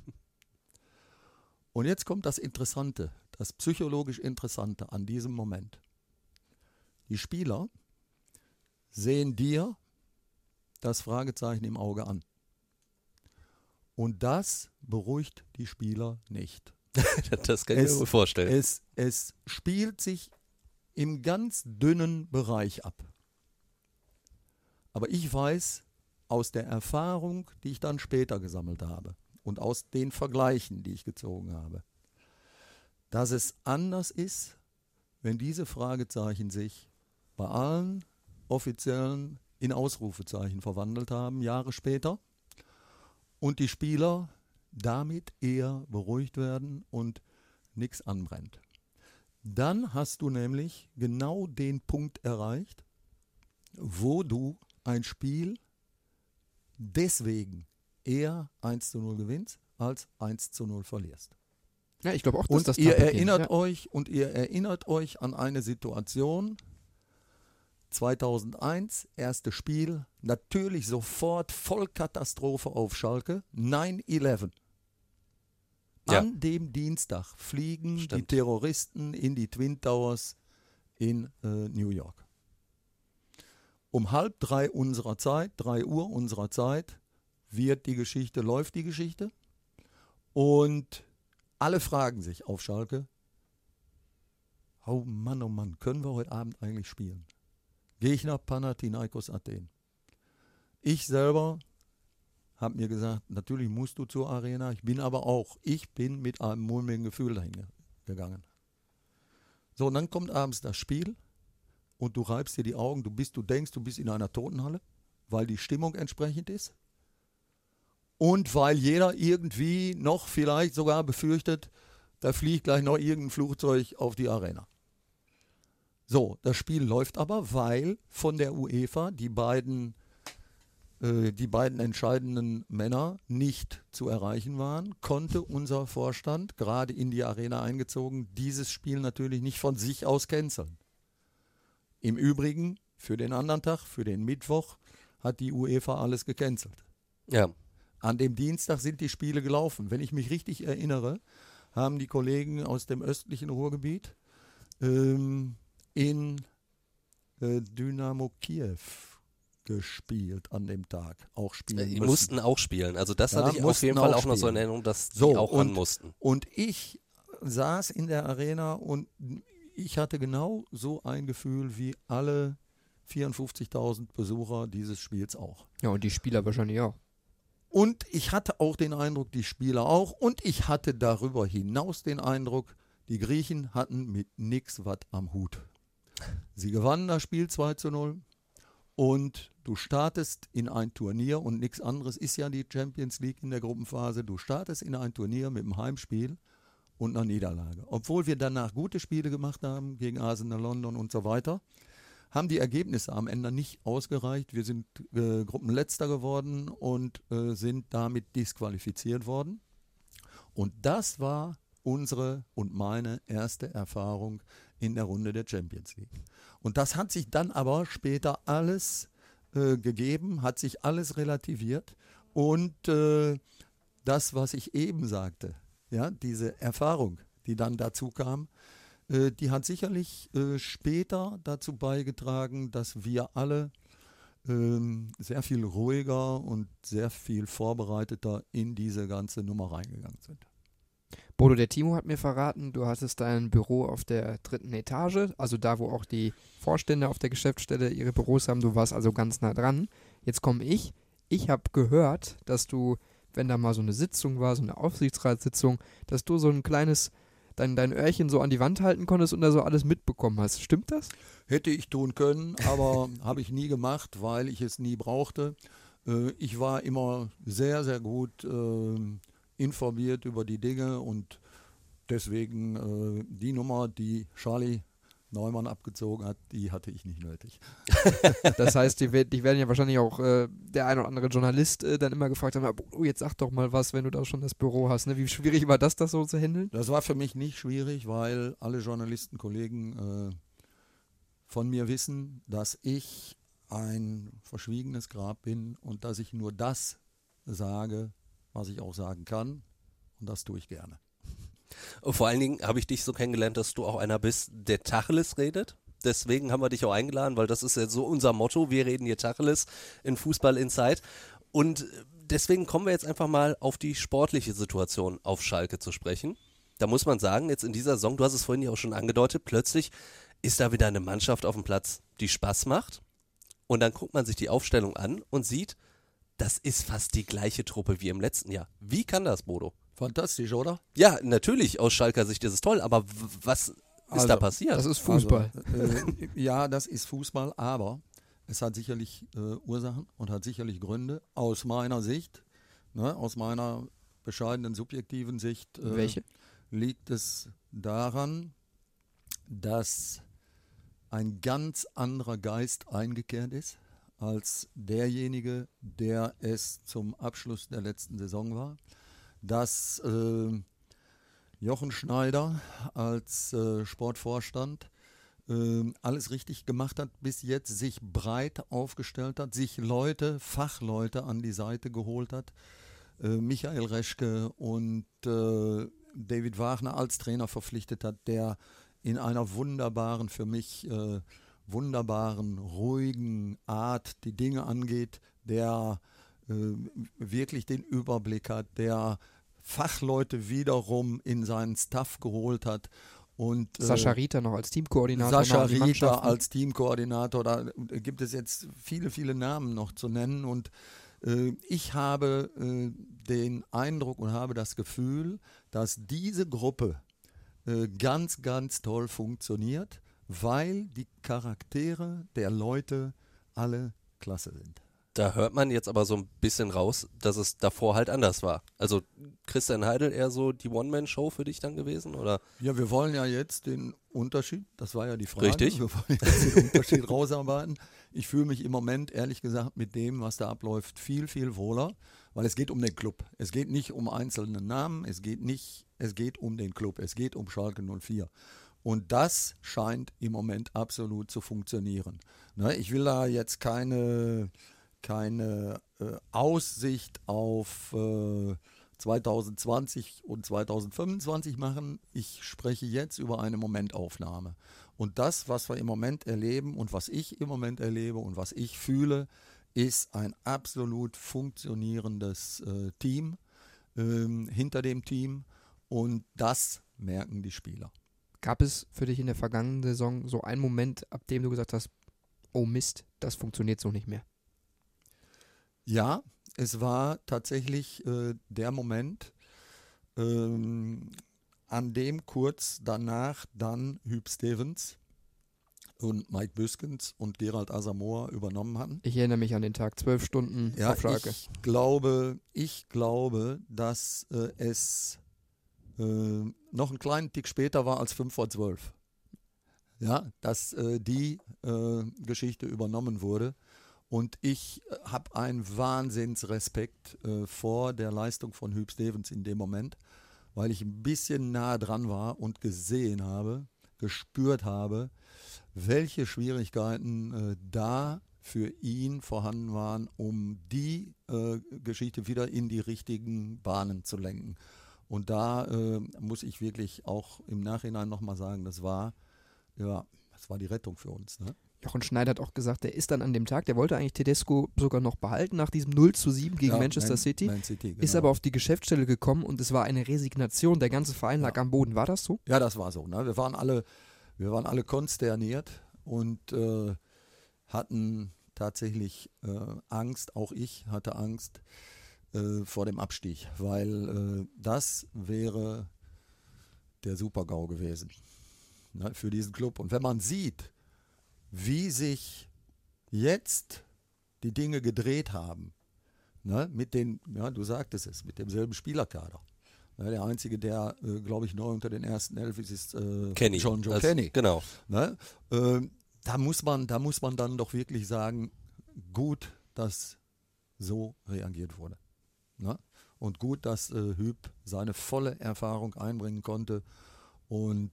Und jetzt kommt das Interessante, das psychologisch Interessante an diesem Moment. Die Spieler sehen dir das Fragezeichen im Auge an. Und das beruhigt die Spieler nicht. Das kann ich mir wohl vorstellen. Es spielt sich im ganz dünnen Bereich ab. Aber ich weiß aus der Erfahrung, die ich dann später gesammelt habe und aus den Vergleichen, die ich gezogen habe, dass es anders ist, wenn diese Fragezeichen sich bei allen Offiziellen in Ausrufezeichen verwandelt haben, Jahre später, und die Spieler damit eher beruhigt werden und nichts anbrennt. Dann hast du nämlich genau den Punkt erreicht, wo du ein Spiel deswegen eher 1:0 gewinnst, als 1:0 verlierst. Ja, ich glaube auch, dass Und das ihr da beginnt, erinnert euch an eine Situation, 2001, erstes Spiel, natürlich sofort Vollkatastrophe auf Schalke, 9/11. Ja. An dem Dienstag fliegen die Stimmt. Terroristen in die Twin Towers in New York. Um 2:30 unserer Zeit, 3 Uhr unserer Zeit, läuft die Geschichte. Und alle fragen sich auf Schalke, oh Mann, können wir heute Abend eigentlich spielen? Gegner Panathinaikos Athen. Ich selber habe mir gesagt, natürlich musst du zur Arena, ich bin mit einem mulmigen Gefühl dahin gegangen. So, und dann kommt abends das Spiel und du reibst dir die Augen, du denkst, du bist in einer Totenhalle, weil die Stimmung entsprechend ist und weil jeder irgendwie noch vielleicht sogar befürchtet, da fliegt gleich noch irgendein Flugzeug auf die Arena. So, das Spiel läuft aber, weil von der UEFA die beiden entscheidenden Männer nicht zu erreichen waren, konnte unser Vorstand, gerade in die Arena eingezogen, dieses Spiel natürlich nicht von sich aus canceln. Im Übrigen, für den anderen Tag, für den Mittwoch, hat die UEFA alles gecancelt. Ja. An dem Dienstag sind die Spiele gelaufen. Wenn ich mich richtig erinnere, haben die Kollegen aus dem östlichen Ruhrgebiet in Dynamo Kiew gespielt an dem Tag, auch spielen Die müssen. mussten auch spielen. Also das Ja, hatte ich auf jeden Fall auch noch so in spielen. Erinnerung, dass die So, auch ran mussten. Und ich saß in der Arena und ich hatte genau so ein Gefühl wie alle 54.000 Besucher dieses Spiels auch. Ja, und die Spieler wahrscheinlich auch. Und ich hatte auch den Eindruck, die Spieler auch. Und ich hatte darüber hinaus den Eindruck, die Griechen hatten mit nix was am Hut. Sie gewannen das Spiel 2:0. Und du startest in ein Turnier und nichts anderes ist ja die Champions League in der Gruppenphase. Du startest in ein Turnier mit einem Heimspiel und einer Niederlage. Obwohl wir danach gute Spiele gemacht haben gegen Arsenal London und so weiter, haben die Ergebnisse am Ende nicht ausgereicht. Wir sind Gruppenletzter geworden und sind damit disqualifiziert worden. Und das war unsere und meine erste Erfahrung in der Runde der Champions League. Und das hat sich dann aber später alles gegeben, hat sich alles relativiert. Und das, was ich eben sagte, ja, diese Erfahrung, die dann dazu kam, die hat sicherlich später dazu beigetragen, dass wir alle sehr viel ruhiger und sehr viel vorbereiteter in diese ganze Nummer reingegangen sind. Bodo, der Timo hat mir verraten, du hattest dein Büro auf der 3. Etage, also da, wo auch die Vorstände auf der Geschäftsstelle ihre Büros haben. Du warst also ganz nah dran. Jetzt komme ich. Ich habe gehört, dass du, wenn da mal so eine Sitzung war, so eine Aufsichtsratssitzung, dass du so ein kleines, dein Öhrchen so an die Wand halten konntest und da so alles mitbekommen hast. Stimmt das? Hätte ich tun können, aber habe ich nie gemacht, weil ich es nie brauchte. Ich war immer sehr, sehr gut informiert über die Dinge und deswegen die Nummer, die Charlie Neumann abgezogen hat, die hatte ich nicht nötig. Das heißt, die werden ja wahrscheinlich auch der ein oder andere Journalist dann immer gefragt haben, oh, jetzt sag doch mal was, wenn du da schon das Büro hast. Ne? Wie schwierig war das so zu handeln? Das war für mich nicht schwierig, weil alle Journalistenkollegen von mir wissen, dass ich ein verschwiegenes Grab bin und dass ich nur das sage, was ich auch sagen kann. Und das tue ich gerne. Vor allen Dingen habe ich dich so kennengelernt, dass du auch einer bist, der Tacheles redet. Deswegen haben wir dich auch eingeladen, weil das ist ja so unser Motto. Wir reden hier Tacheles in Fußball Inside. Und deswegen kommen wir jetzt einfach mal auf die sportliche Situation auf Schalke zu sprechen. Da muss man sagen, jetzt in dieser Saison, du hast es vorhin ja auch schon angedeutet, plötzlich ist da wieder eine Mannschaft auf dem Platz, die Spaß macht. Und dann guckt man sich die Aufstellung an und sieht, das ist fast die gleiche Truppe wie im letzten Jahr. Wie kann das, Bodo? Fantastisch, oder? Ja, natürlich, aus Schalker Sicht ist es toll, aber was ist da passiert? Das ist Fußball. Also, ja, das ist Fußball, aber es hat sicherlich Ursachen und hat sicherlich Gründe. Aus meiner Sicht, aus meiner bescheidenen, subjektiven Sicht, Welche? liegt es daran, dass ein ganz anderer Geist eingekehrt ist als derjenige, der es zum Abschluss der letzten Saison war. Dass Jochen Schneider als Sportvorstand alles richtig gemacht hat, bis jetzt sich breit aufgestellt hat, sich Fachleute an die Seite geholt hat, Michael Reschke und David Wagner als Trainer verpflichtet hat, der in einer wunderbaren, für mich ruhigen Art die Dinge angeht, der wirklich den Überblick hat, der Fachleute wiederum in seinen Staff geholt hat. Und, Sascha Rieter noch als Teamkoordinator. Sascha Rieter als Teamkoordinator, da gibt es jetzt viele, viele Namen noch zu nennen. Und ich habe den Eindruck und habe das Gefühl, dass diese Gruppe ganz, ganz toll funktioniert, weil die Charaktere der Leute alle klasse sind. Da hört man jetzt aber so ein bisschen raus, dass es davor halt anders war. Also Christian Heidel eher so die One-Man-Show für dich dann gewesen, oder? Ja, wir wollen ja jetzt den Unterschied, das war ja die Frage. Richtig. Wir wollen jetzt den Unterschied rausarbeiten. Ich fühle mich im Moment, ehrlich gesagt, mit dem, was da abläuft, viel, viel wohler, weil es geht um den Club. Es geht nicht um einzelne Namen, es geht um den Club, es geht um Schalke 04. Und das scheint im Moment absolut zu funktionieren. Ne, ich will da jetzt keine Aussicht auf 2020 und 2025 machen. Ich spreche jetzt über eine Momentaufnahme. Und das, was wir im Moment erleben und was ich im Moment erlebe und was ich fühle, ist ein absolut funktionierendes Team hinter dem Team. Und das merken die Spieler. Gab es für dich in der vergangenen Saison so einen Moment, ab dem du gesagt hast, oh Mist, das funktioniert so nicht mehr? Ja, es war tatsächlich der Moment, an dem kurz danach dann Huub Stevens und Mike Büskens und Gerald Asamoah übernommen hatten. Ich erinnere mich an den Tag, 12 Stunden Ja, auf Schalke. ich glaube, dass es noch einen kleinen Tick später war als 5:12. Ja, dass die Geschichte übernommen wurde. Und ich habe einen Wahnsinnsrespekt vor der Leistung von Huub Stevens in dem Moment, weil ich ein bisschen nah dran war und gesehen habe, gespürt habe, welche Schwierigkeiten da für ihn vorhanden waren, um die Geschichte wieder in die richtigen Bahnen zu lenken. Und da muss ich wirklich auch im Nachhinein nochmal sagen, das war die Rettung für uns. Ne? Jochen Schneider hat auch gesagt, der ist dann an dem Tag, der wollte eigentlich Tedesco sogar noch behalten nach diesem 0:7 gegen Manchester City, Man City, genau. ist aber auf die Geschäftsstelle gekommen und es war eine Resignation, der ganze Verein lag am Boden. War das so? Ja, das war so. Ne? Wir waren alle konsterniert und hatten tatsächlich Angst, auch ich hatte Angst vor dem Abstieg, weil das wäre der Super-GAU gewesen, ne, für diesen Club. Und wenn man sieht, wie sich jetzt die Dinge gedreht haben, ne, du sagtest es, mit demselben Spielerkader. Ne, der Einzige, der, glaube ich, neu unter den ersten 11 ist Kenny. John Joe Kenny. Genau. Ne, da muss man dann doch wirklich sagen, gut, dass so reagiert wurde. Ne? Und gut, dass Huub seine volle Erfahrung einbringen konnte und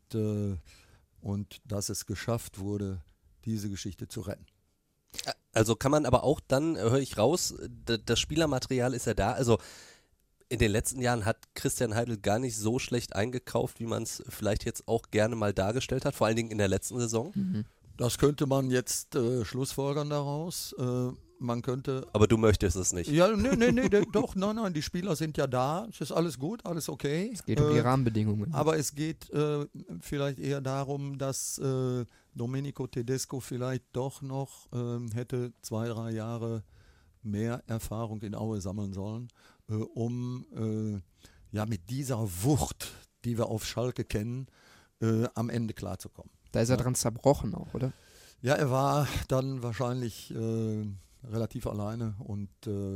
dass es geschafft wurde, diese Geschichte zu retten. Also kann man aber auch dann, höre ich raus, das Spielermaterial ist ja da. Also in den letzten Jahren hat Christian Heidel gar nicht so schlecht eingekauft, wie man es vielleicht jetzt auch gerne mal dargestellt hat, vor allen Dingen in der letzten Saison. Mhm. Das könnte man jetzt schlussfolgern daraus. Man könnte. Aber du möchtest es nicht. Ja, nee, doch, nein, die Spieler sind ja da. Es ist alles gut, alles okay. Es geht um die Rahmenbedingungen. Aber es geht vielleicht eher darum, dass Domenico Tedesco vielleicht doch noch hätte 2-3 Jahre mehr Erfahrung in Aue sammeln sollen, um mit dieser Wucht, die wir auf Schalke kennen, am Ende klarzukommen. Da ist er dran zerbrochen auch, oder? Ja, er war dann wahrscheinlich relativ alleine und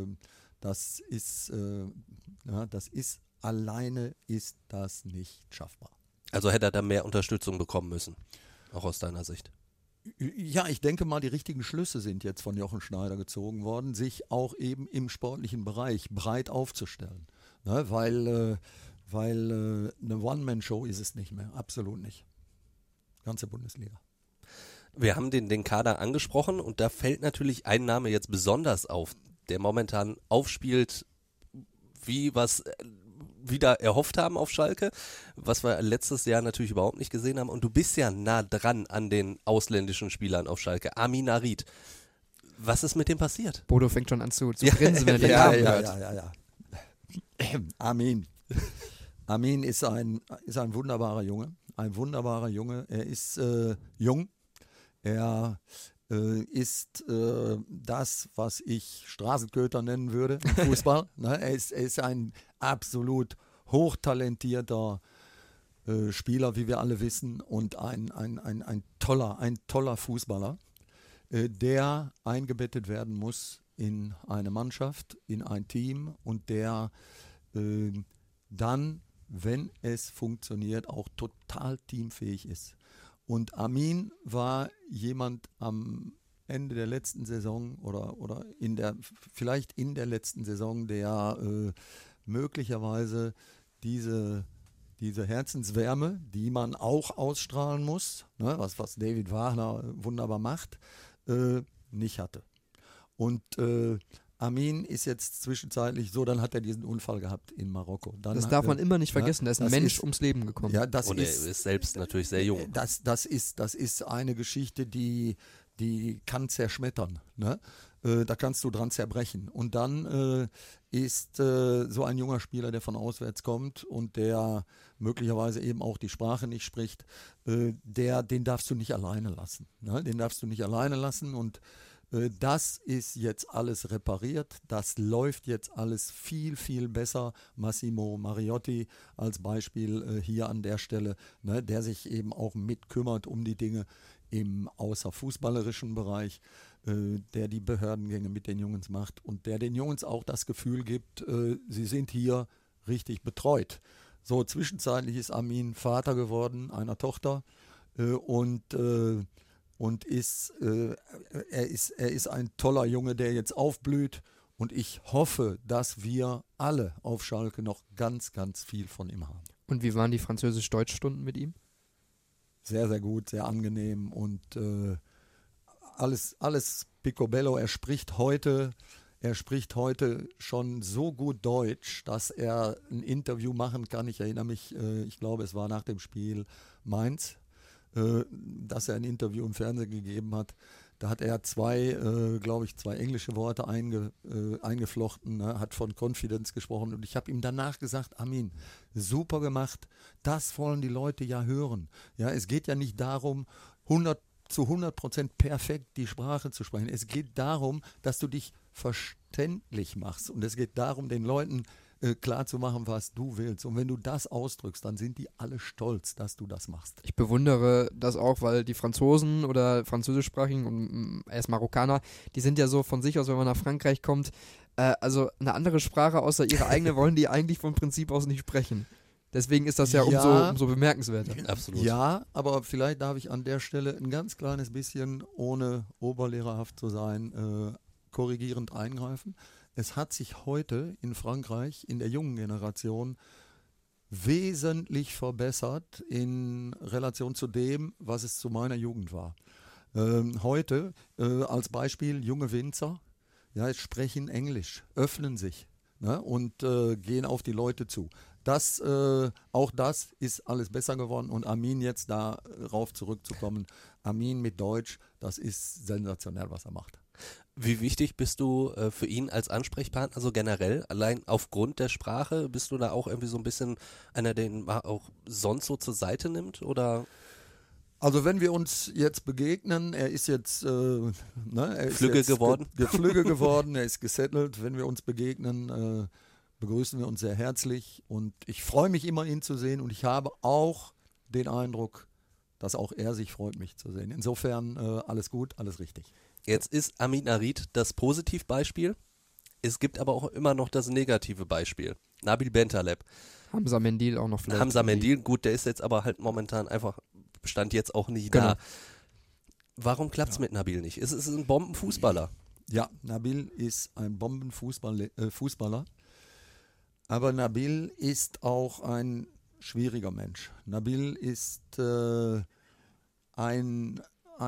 alleine ist das nicht schaffbar. Also hätte er da mehr Unterstützung bekommen müssen, auch aus deiner Sicht. Ja, ich denke mal, die richtigen Schlüsse sind jetzt von Jochen Schneider gezogen worden, sich auch eben im sportlichen Bereich breit aufzustellen. Ne, weil eine One-Man-Show ist es nicht mehr, absolut nicht. Ganze Bundesliga. Wir haben den Kader angesprochen und da fällt natürlich ein Name jetzt besonders auf, der momentan aufspielt, wie was wieder erhofft haben auf Schalke, was wir letztes Jahr natürlich überhaupt nicht gesehen haben. Und du bist ja nah dran an den ausländischen Spielern auf Schalke. Amin Arid. Was ist mit dem passiert? Bodo fängt schon an zu grinsen, wenn er den Namen hört. Armin. Armin ist ein wunderbarer Junge. Ein wunderbarer Junge. Er ist jung. Er ist das, was ich Straßenköter nennen würde im Fußball. Ne? Er ist ein absolut hochtalentierter Spieler, wie wir alle wissen, und ein toller Fußballer, der eingebettet werden muss in eine Mannschaft, in ein Team und der dann, wenn es funktioniert, auch total teamfähig ist. Und Armin war jemand am Ende der letzten Saison oder vielleicht in der letzten Saison, der möglicherweise diese Herzenswärme, die man auch ausstrahlen muss, ne, was David Wagner wunderbar macht, nicht hatte. Und Armin ist jetzt zwischenzeitlich so, dann hat er diesen Unfall gehabt in Marokko. Das darf man immer nicht vergessen, da ist ein Mensch ums Leben gekommen. Ja, Und er ist selbst natürlich sehr jung. Das ist eine Geschichte, die kann zerschmettern. Ne? Da kannst du dran zerbrechen. Und dann ist so ein junger Spieler, der von auswärts kommt und der möglicherweise eben auch die Sprache nicht spricht, den darfst du nicht alleine lassen. Ne? Den darfst du nicht alleine lassen und das ist jetzt alles repariert, das läuft jetzt alles viel, viel besser. Massimo Mariotti als Beispiel hier an der Stelle, ne, der sich eben auch mitkümmert um die Dinge im außerfußballerischen Bereich, der die Behördengänge mit den Jungs macht und der den Jungs auch das Gefühl gibt, sie sind hier richtig betreut. So, zwischenzeitlich ist Armin Vater geworden, einer Tochter und er ist ein toller Junge, der jetzt aufblüht und ich hoffe, dass wir alle auf Schalke noch ganz, ganz viel von ihm haben. Und wie waren die Französisch-Deutsch-Stunden mit ihm? Sehr, sehr gut, sehr angenehm und alles picobello. Er spricht heute schon so gut Deutsch, dass er ein Interview machen kann. Ich erinnere mich, ich glaube, es war nach dem Spiel Mainz, dass er ein Interview im Fernsehen gegeben hat. Da hat er zwei englische Worte eingeflochten, ne, hat von Confidence gesprochen und ich habe ihm danach gesagt, Armin, super gemacht, das wollen die Leute ja hören. Ja, es geht ja nicht darum, 100% perfekt die Sprache zu sprechen. Es geht darum, dass du dich verständlich machst und es geht darum, den Leuten klar zu machen, was du willst. Und wenn du das ausdrückst, dann sind die alle stolz, dass du das machst. Ich bewundere das auch, weil die Franzosen oder Französischsprachigen und erst Marokkaner, die sind ja so von sich aus, wenn man nach Frankreich kommt, also eine andere Sprache außer ihre eigene wollen die eigentlich vom Prinzip aus nicht sprechen. Deswegen ist das ja umso bemerkenswerter. Absolut. Ja, aber vielleicht darf ich an der Stelle ein ganz kleines bisschen, ohne oberlehrerhaft zu sein, korrigierend eingreifen. Es hat sich heute in Frankreich in der jungen Generation wesentlich verbessert in Relation zu dem, was es zu meiner Jugend war. Heute als Beispiel junge Winzer, ja, sprechen Englisch, öffnen sich, ne, und gehen auf die Leute zu. Auch das ist alles besser geworden und Armin jetzt darauf zurückzukommen, Armin mit Deutsch, das ist sensationell, was er macht. Wie wichtig bist du für ihn als Ansprechpartner, also generell, allein aufgrund der Sprache, bist du da auch irgendwie so ein bisschen einer, den auch sonst so zur Seite nimmt, oder? Also wenn wir uns jetzt begegnen, er ist jetzt Flügge geworden, er ist gesettelt, wenn wir uns begegnen, begrüßen wir uns sehr herzlich und ich freue mich immer, ihn zu sehen und ich habe auch den Eindruck, dass auch er sich freut, mich zu sehen. Insofern alles gut, alles richtig. Jetzt ist Amin Arid das Positivbeispiel. Es gibt aber auch immer noch das negative Beispiel. Nabil Bentaleb. Hamza Mendil auch noch vielleicht. Hamza Mendil, gut, der ist jetzt aber halt momentan einfach, stand jetzt auch nicht Genau. da. Warum klappt es mit Nabil nicht? Es ist ein Bombenfußballer. Ja, Nabil ist ein Bombenfußballer. Aber Nabil ist auch ein schwieriger Mensch. Nabil ist ein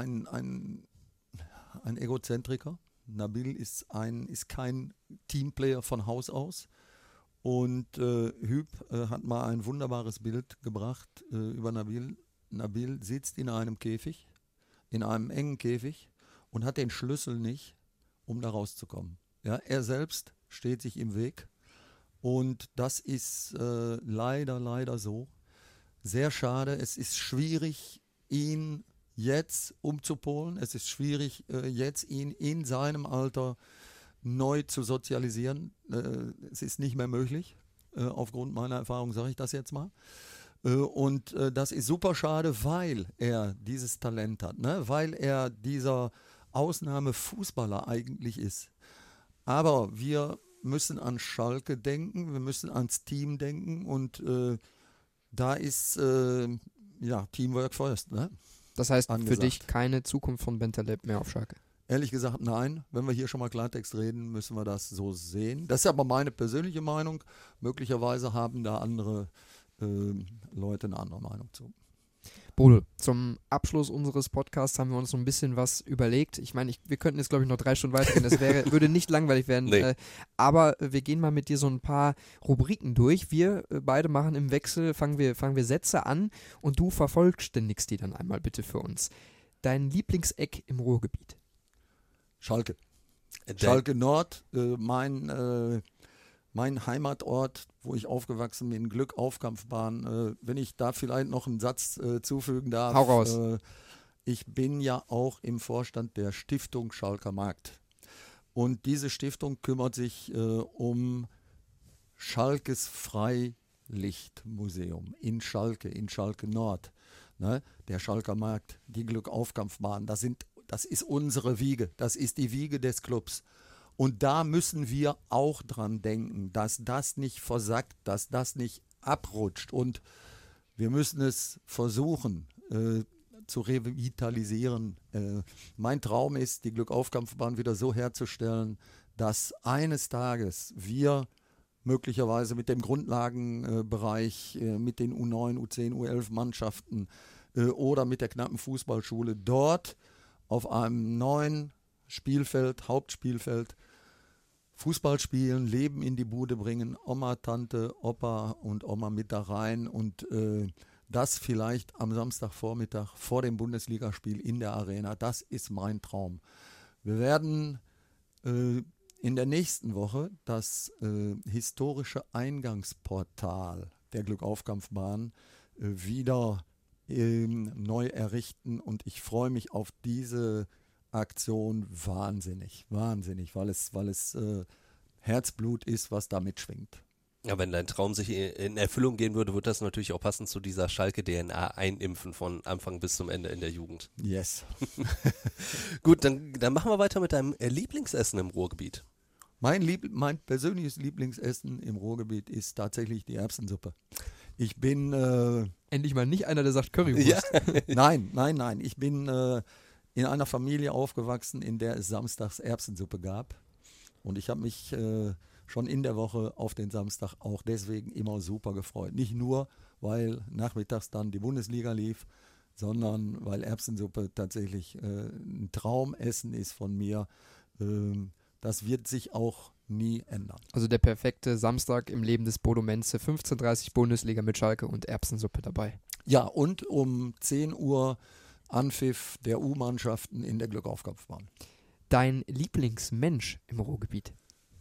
Egozentriker. Nabil ist kein Teamplayer von Haus aus. Und Hüb hat mal ein wunderbares Bild gebracht über Nabil. Nabil sitzt in einem Käfig, in einem engen Käfig und hat den Schlüssel nicht um da rauszukommen. Ja, er selbst steht sich im Weg und das ist leider so. Sehr schade. Es ist schwierig, ihn jetzt umzupolen. Es ist schwierig, jetzt ihn in seinem Alter neu zu sozialisieren. Es ist nicht mehr möglich. Aufgrund meiner Erfahrung sage ich das jetzt mal. Und das ist super schade, weil er dieses Talent hat, ne? Weil er dieser Ausnahmefußballer eigentlich ist. Aber wir müssen an Schalke denken, wir müssen ans Team denken und da ist Teamwork first. Ne? Das heißt Angesagt. für dich keine Zukunft von Bentaleb mehr auf Schalke? Ehrlich gesagt, nein. Wenn wir hier schon mal Klartext reden, müssen wir das so sehen. Das ist aber meine persönliche Meinung. Möglicherweise haben da andere Leute eine andere Meinung zu. Bodo, zum Abschluss unseres Podcasts haben wir uns so ein bisschen was überlegt. Ich meine, wir könnten jetzt, glaube ich, noch 3 Stunden weitergehen. Das würde nicht langweilig werden. Nee. Aber wir gehen mal mit dir so ein paar Rubriken durch. Wir beide machen im Wechsel, fangen wir Sätze an und du vervollständigst die dann einmal bitte für uns. Dein Lieblingseck im Ruhrgebiet? Schalke. Schalke Nord, mein Heimatort, wo ich aufgewachsen bin, Glück Aufkampfbahn. Wenn ich da vielleicht noch einen Satz zufügen darf. Hau raus. Ich bin ja auch im Vorstand der Stiftung Schalker Markt. Und diese Stiftung kümmert sich um Schalkes Freilichtmuseum in Schalke Nord. Ne? Der Schalker Markt, die Glück Aufkampfbahn, das ist unsere Wiege, das ist die Wiege des Clubs. Und da müssen wir auch dran denken, dass das nicht versackt, dass das nicht abrutscht. Und wir müssen es versuchen zu revitalisieren. Mein Traum ist, die Glückaufkampfbahn wieder so herzustellen, dass eines Tages wir möglicherweise mit dem Grundlagenbereich, mit den U9, U10, U11 Mannschaften oder mit der knappen Fußballschule dort auf einem neuen Spielfeld, Hauptspielfeld, Fußball spielen, Leben in die Bude bringen, Oma, Tante, Opa und Oma mit da rein und das vielleicht am Samstagvormittag vor dem Bundesligaspiel in der Arena. Das ist mein Traum. Wir werden in der nächsten Woche das historische Eingangsportal der Glückaufkampfbahn wieder neu errichten und ich freue mich auf diese Aktion wahnsinnig, weil es Herzblut ist, was da mitschwingt. Ja, wenn dein Traum sich in Erfüllung gehen würde, wird das natürlich auch passend zu dieser Schalke-DNA einimpfen von Anfang bis zum Ende in der Jugend. Yes. Gut, dann machen wir weiter mit deinem Lieblingsessen im Ruhrgebiet. Mein persönliches Lieblingsessen im Ruhrgebiet ist tatsächlich die Erbsensuppe. Ich bin Endlich mal nicht einer, der sagt Currywurst. Ja. Nein. Ich bin in einer Familie aufgewachsen, in der es samstags Erbsensuppe gab. Und ich habe mich schon in der Woche auf den Samstag auch deswegen immer super gefreut. Nicht nur, weil nachmittags dann die Bundesliga lief, sondern weil Erbsensuppe tatsächlich ein Traumessen ist von mir. Das wird sich auch nie ändern. Also der perfekte Samstag im Leben des Bodo Menze, 15:30 Bundesliga mit Schalke und Erbsensuppe dabei. Ja, und um 10 Uhr Anpfiff der U-Mannschaften in der Glückaufkampfbahn. Dein Lieblingsmensch im Ruhrgebiet?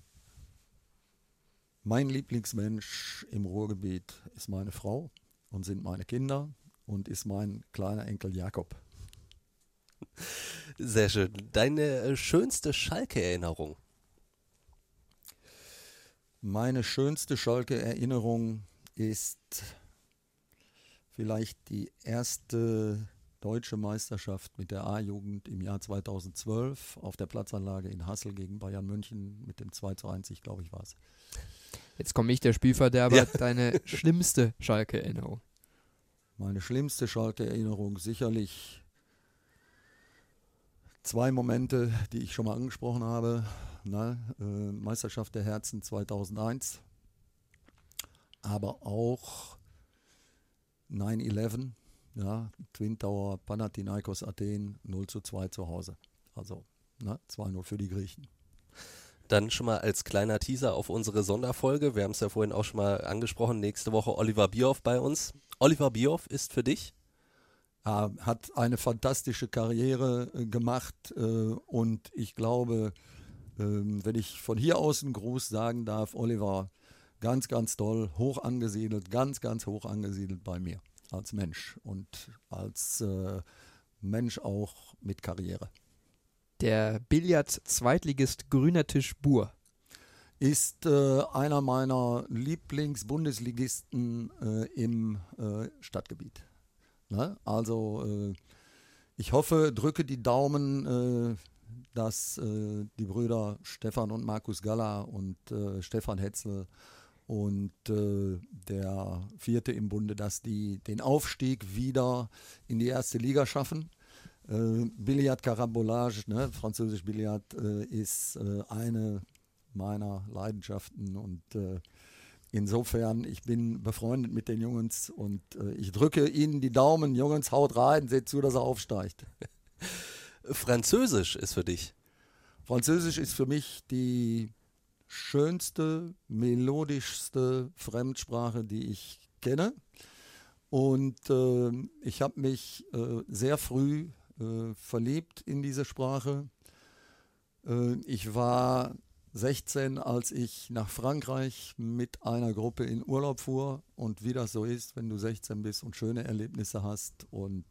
Mein Lieblingsmensch im Ruhrgebiet ist meine Frau und sind meine Kinder und ist mein kleiner Enkel Jakob. Sehr schön. Deine schönste Schalke-Erinnerung? Meine schönste Schalke-Erinnerung ist vielleicht die erste deutsche Meisterschaft mit der A-Jugend im Jahr 2012 auf der Platzanlage in Hassel gegen Bayern München mit dem 2:1, glaube ich, war es. Jetzt komme ich, der Spielverderber. Ja. Deine schlimmste Schalke-Erinnerung? Meine schlimmste Schalke-Erinnerung sicherlich 2 Momente, die ich schon mal angesprochen habe. Meisterschaft der Herzen 2001, aber auch 9/11, ja, Twin Tower, Panathinaikos Athen 0:2 zu Hause. Also 2:0 für die Griechen. Dann schon mal als kleiner Teaser auf unsere Sonderfolge. Wir haben es ja vorhin auch schon mal angesprochen. Nächste Woche Oliver Bierhoff bei uns. Oliver Bierhoff ist für dich? Hat eine fantastische Karriere gemacht und ich glaube, wenn ich von hier aus einen Gruß sagen darf, Oliver, ganz, ganz toll, hoch angesiedelt, ganz, ganz hoch angesiedelt bei mir als Mensch und als Mensch auch mit Karriere. Der Billard-Zweitligist Grüner Tisch Buhr ist einer meiner Lieblings-Bundesligisten im Stadtgebiet. Ne? Also ich hoffe, drücke die Daumen, dass die Brüder Stefan und Markus Galler und Stefan Hetzel und der vierte im Bunde, dass die den Aufstieg wieder in die erste Liga schaffen. Billard Carambolage, ne, französisch Billard, ist eine meiner Leidenschaften und insofern, ich bin befreundet mit den Jungs und ich drücke ihnen die Daumen. Jungs, haut rein, seht zu, dass er aufsteigt. Französisch ist für dich? Französisch ist für mich die schönste, melodischste Fremdsprache, die ich kenne. Und ich habe mich sehr früh verliebt in diese Sprache. Ich war 16, als ich nach Frankreich mit einer Gruppe in Urlaub fuhr. Und wie das so ist, wenn du 16 bist und schöne Erlebnisse hast und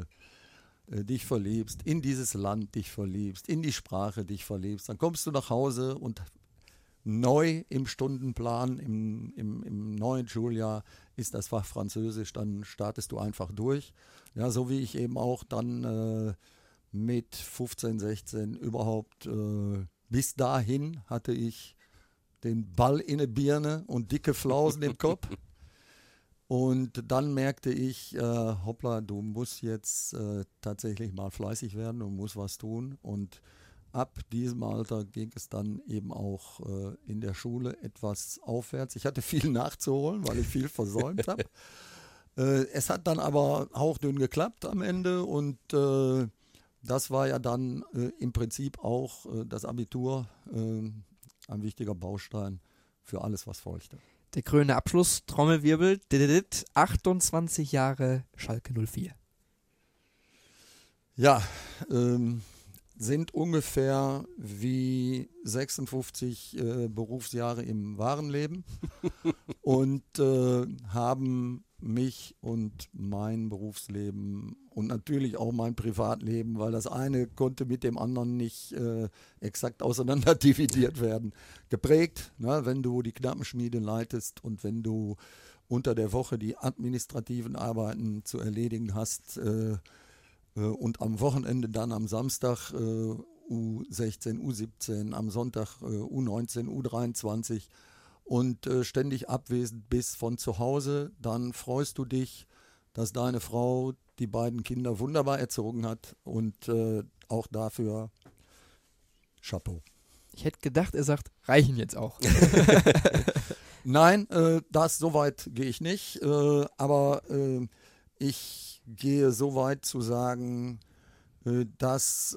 dich verliebst, in dieses Land dich verliebst, in die Sprache dich verliebst, dann kommst du nach Hause und neu im Stundenplan, im neuen Schuljahr ist das Fach Französisch, dann startest du einfach durch. Ja, so wie ich eben auch dann mit 15, 16 überhaupt, bis dahin hatte ich den Ball in der Birne und dicke Flausen im Kopf. Und dann merkte ich, hoppla, du musst jetzt tatsächlich mal fleißig werden, du musst was tun. Und ab diesem Alter ging es dann eben auch in der Schule etwas aufwärts. Ich hatte viel nachzuholen, weil ich viel versäumt habe. Es hat dann aber hauchdünn geklappt am Ende und das war ja dann im Prinzip auch das Abitur, ein wichtiger Baustein für alles, was folgte. Der krönende Abschluss, Trommelwirbel, 28 Jahre Schalke 04. Ja, sind ungefähr wie 56 Berufsjahre im wahren Leben und haben mich und mein Berufsleben und natürlich auch mein Privatleben, weil das eine konnte mit dem anderen nicht exakt auseinander dividiert werden, geprägt. Ne? Wenn du die Knappenschmiede leitest und wenn du unter der Woche die administrativen Arbeiten zu erledigen hast und am Wochenende dann am Samstag U16, U17, am Sonntag U19, U23 und ständig abwesend bist von zu Hause, dann freust du dich, dass deine Frau die beiden Kinder wunderbar erzogen hat und auch dafür Chapeau. Ich hätte gedacht, er sagt, reichen jetzt auch. Nein, so weit gehe ich nicht, aber ich gehe so weit zu sagen, dass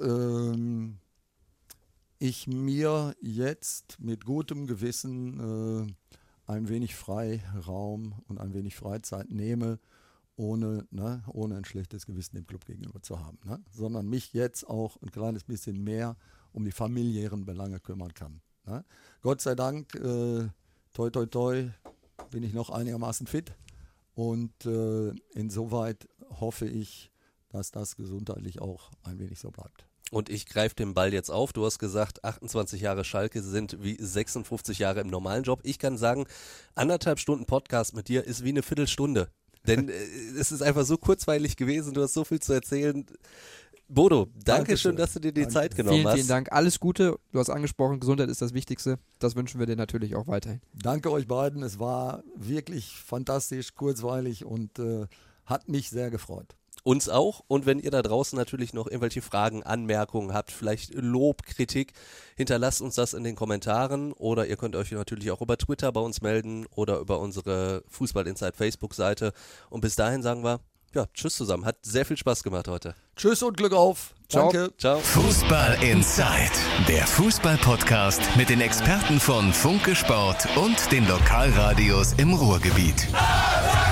ich mir jetzt mit gutem Gewissen ein wenig Freiraum und ein wenig Freizeit nehme, ohne ein schlechtes Gewissen dem Club gegenüber zu haben, ne? Sondern mich jetzt auch ein kleines bisschen mehr um die familiären Belange kümmern kann. Ne? Gott sei Dank, toi toi toi, bin ich noch einigermaßen fit und insoweit hoffe ich, dass das gesundheitlich auch ein wenig so bleibt. Und ich greife den Ball jetzt auf. Du hast gesagt, 28 Jahre Schalke sind wie 56 Jahre im normalen Job. Ich kann sagen, 1,5 Stunden Podcast mit dir ist wie eine Viertelstunde. Denn es ist einfach so kurzweilig gewesen, du hast so viel zu erzählen. Bodo, danke schön, dass du dir die Zeit genommen hast. Vielen Dank. Alles Gute. Du hast angesprochen, Gesundheit ist das Wichtigste. Das wünschen wir dir natürlich auch weiterhin. Danke euch beiden. Es war wirklich fantastisch, kurzweilig und hat mich sehr gefreut. Uns auch. Und wenn ihr da draußen natürlich noch irgendwelche Fragen, Anmerkungen habt, vielleicht Lob, Kritik, hinterlasst uns das in den Kommentaren oder ihr könnt euch natürlich auch über Twitter bei uns melden oder über unsere Fußball Inside Facebook-Seite. Und bis dahin sagen wir, ja, tschüss zusammen. Hat sehr viel Spaß gemacht heute. Tschüss und Glück auf. Ciao. Danke. Ciao. Fußball Inside, der Fußball-Podcast mit den Experten von Funke Sport und den Lokalradios im Ruhrgebiet.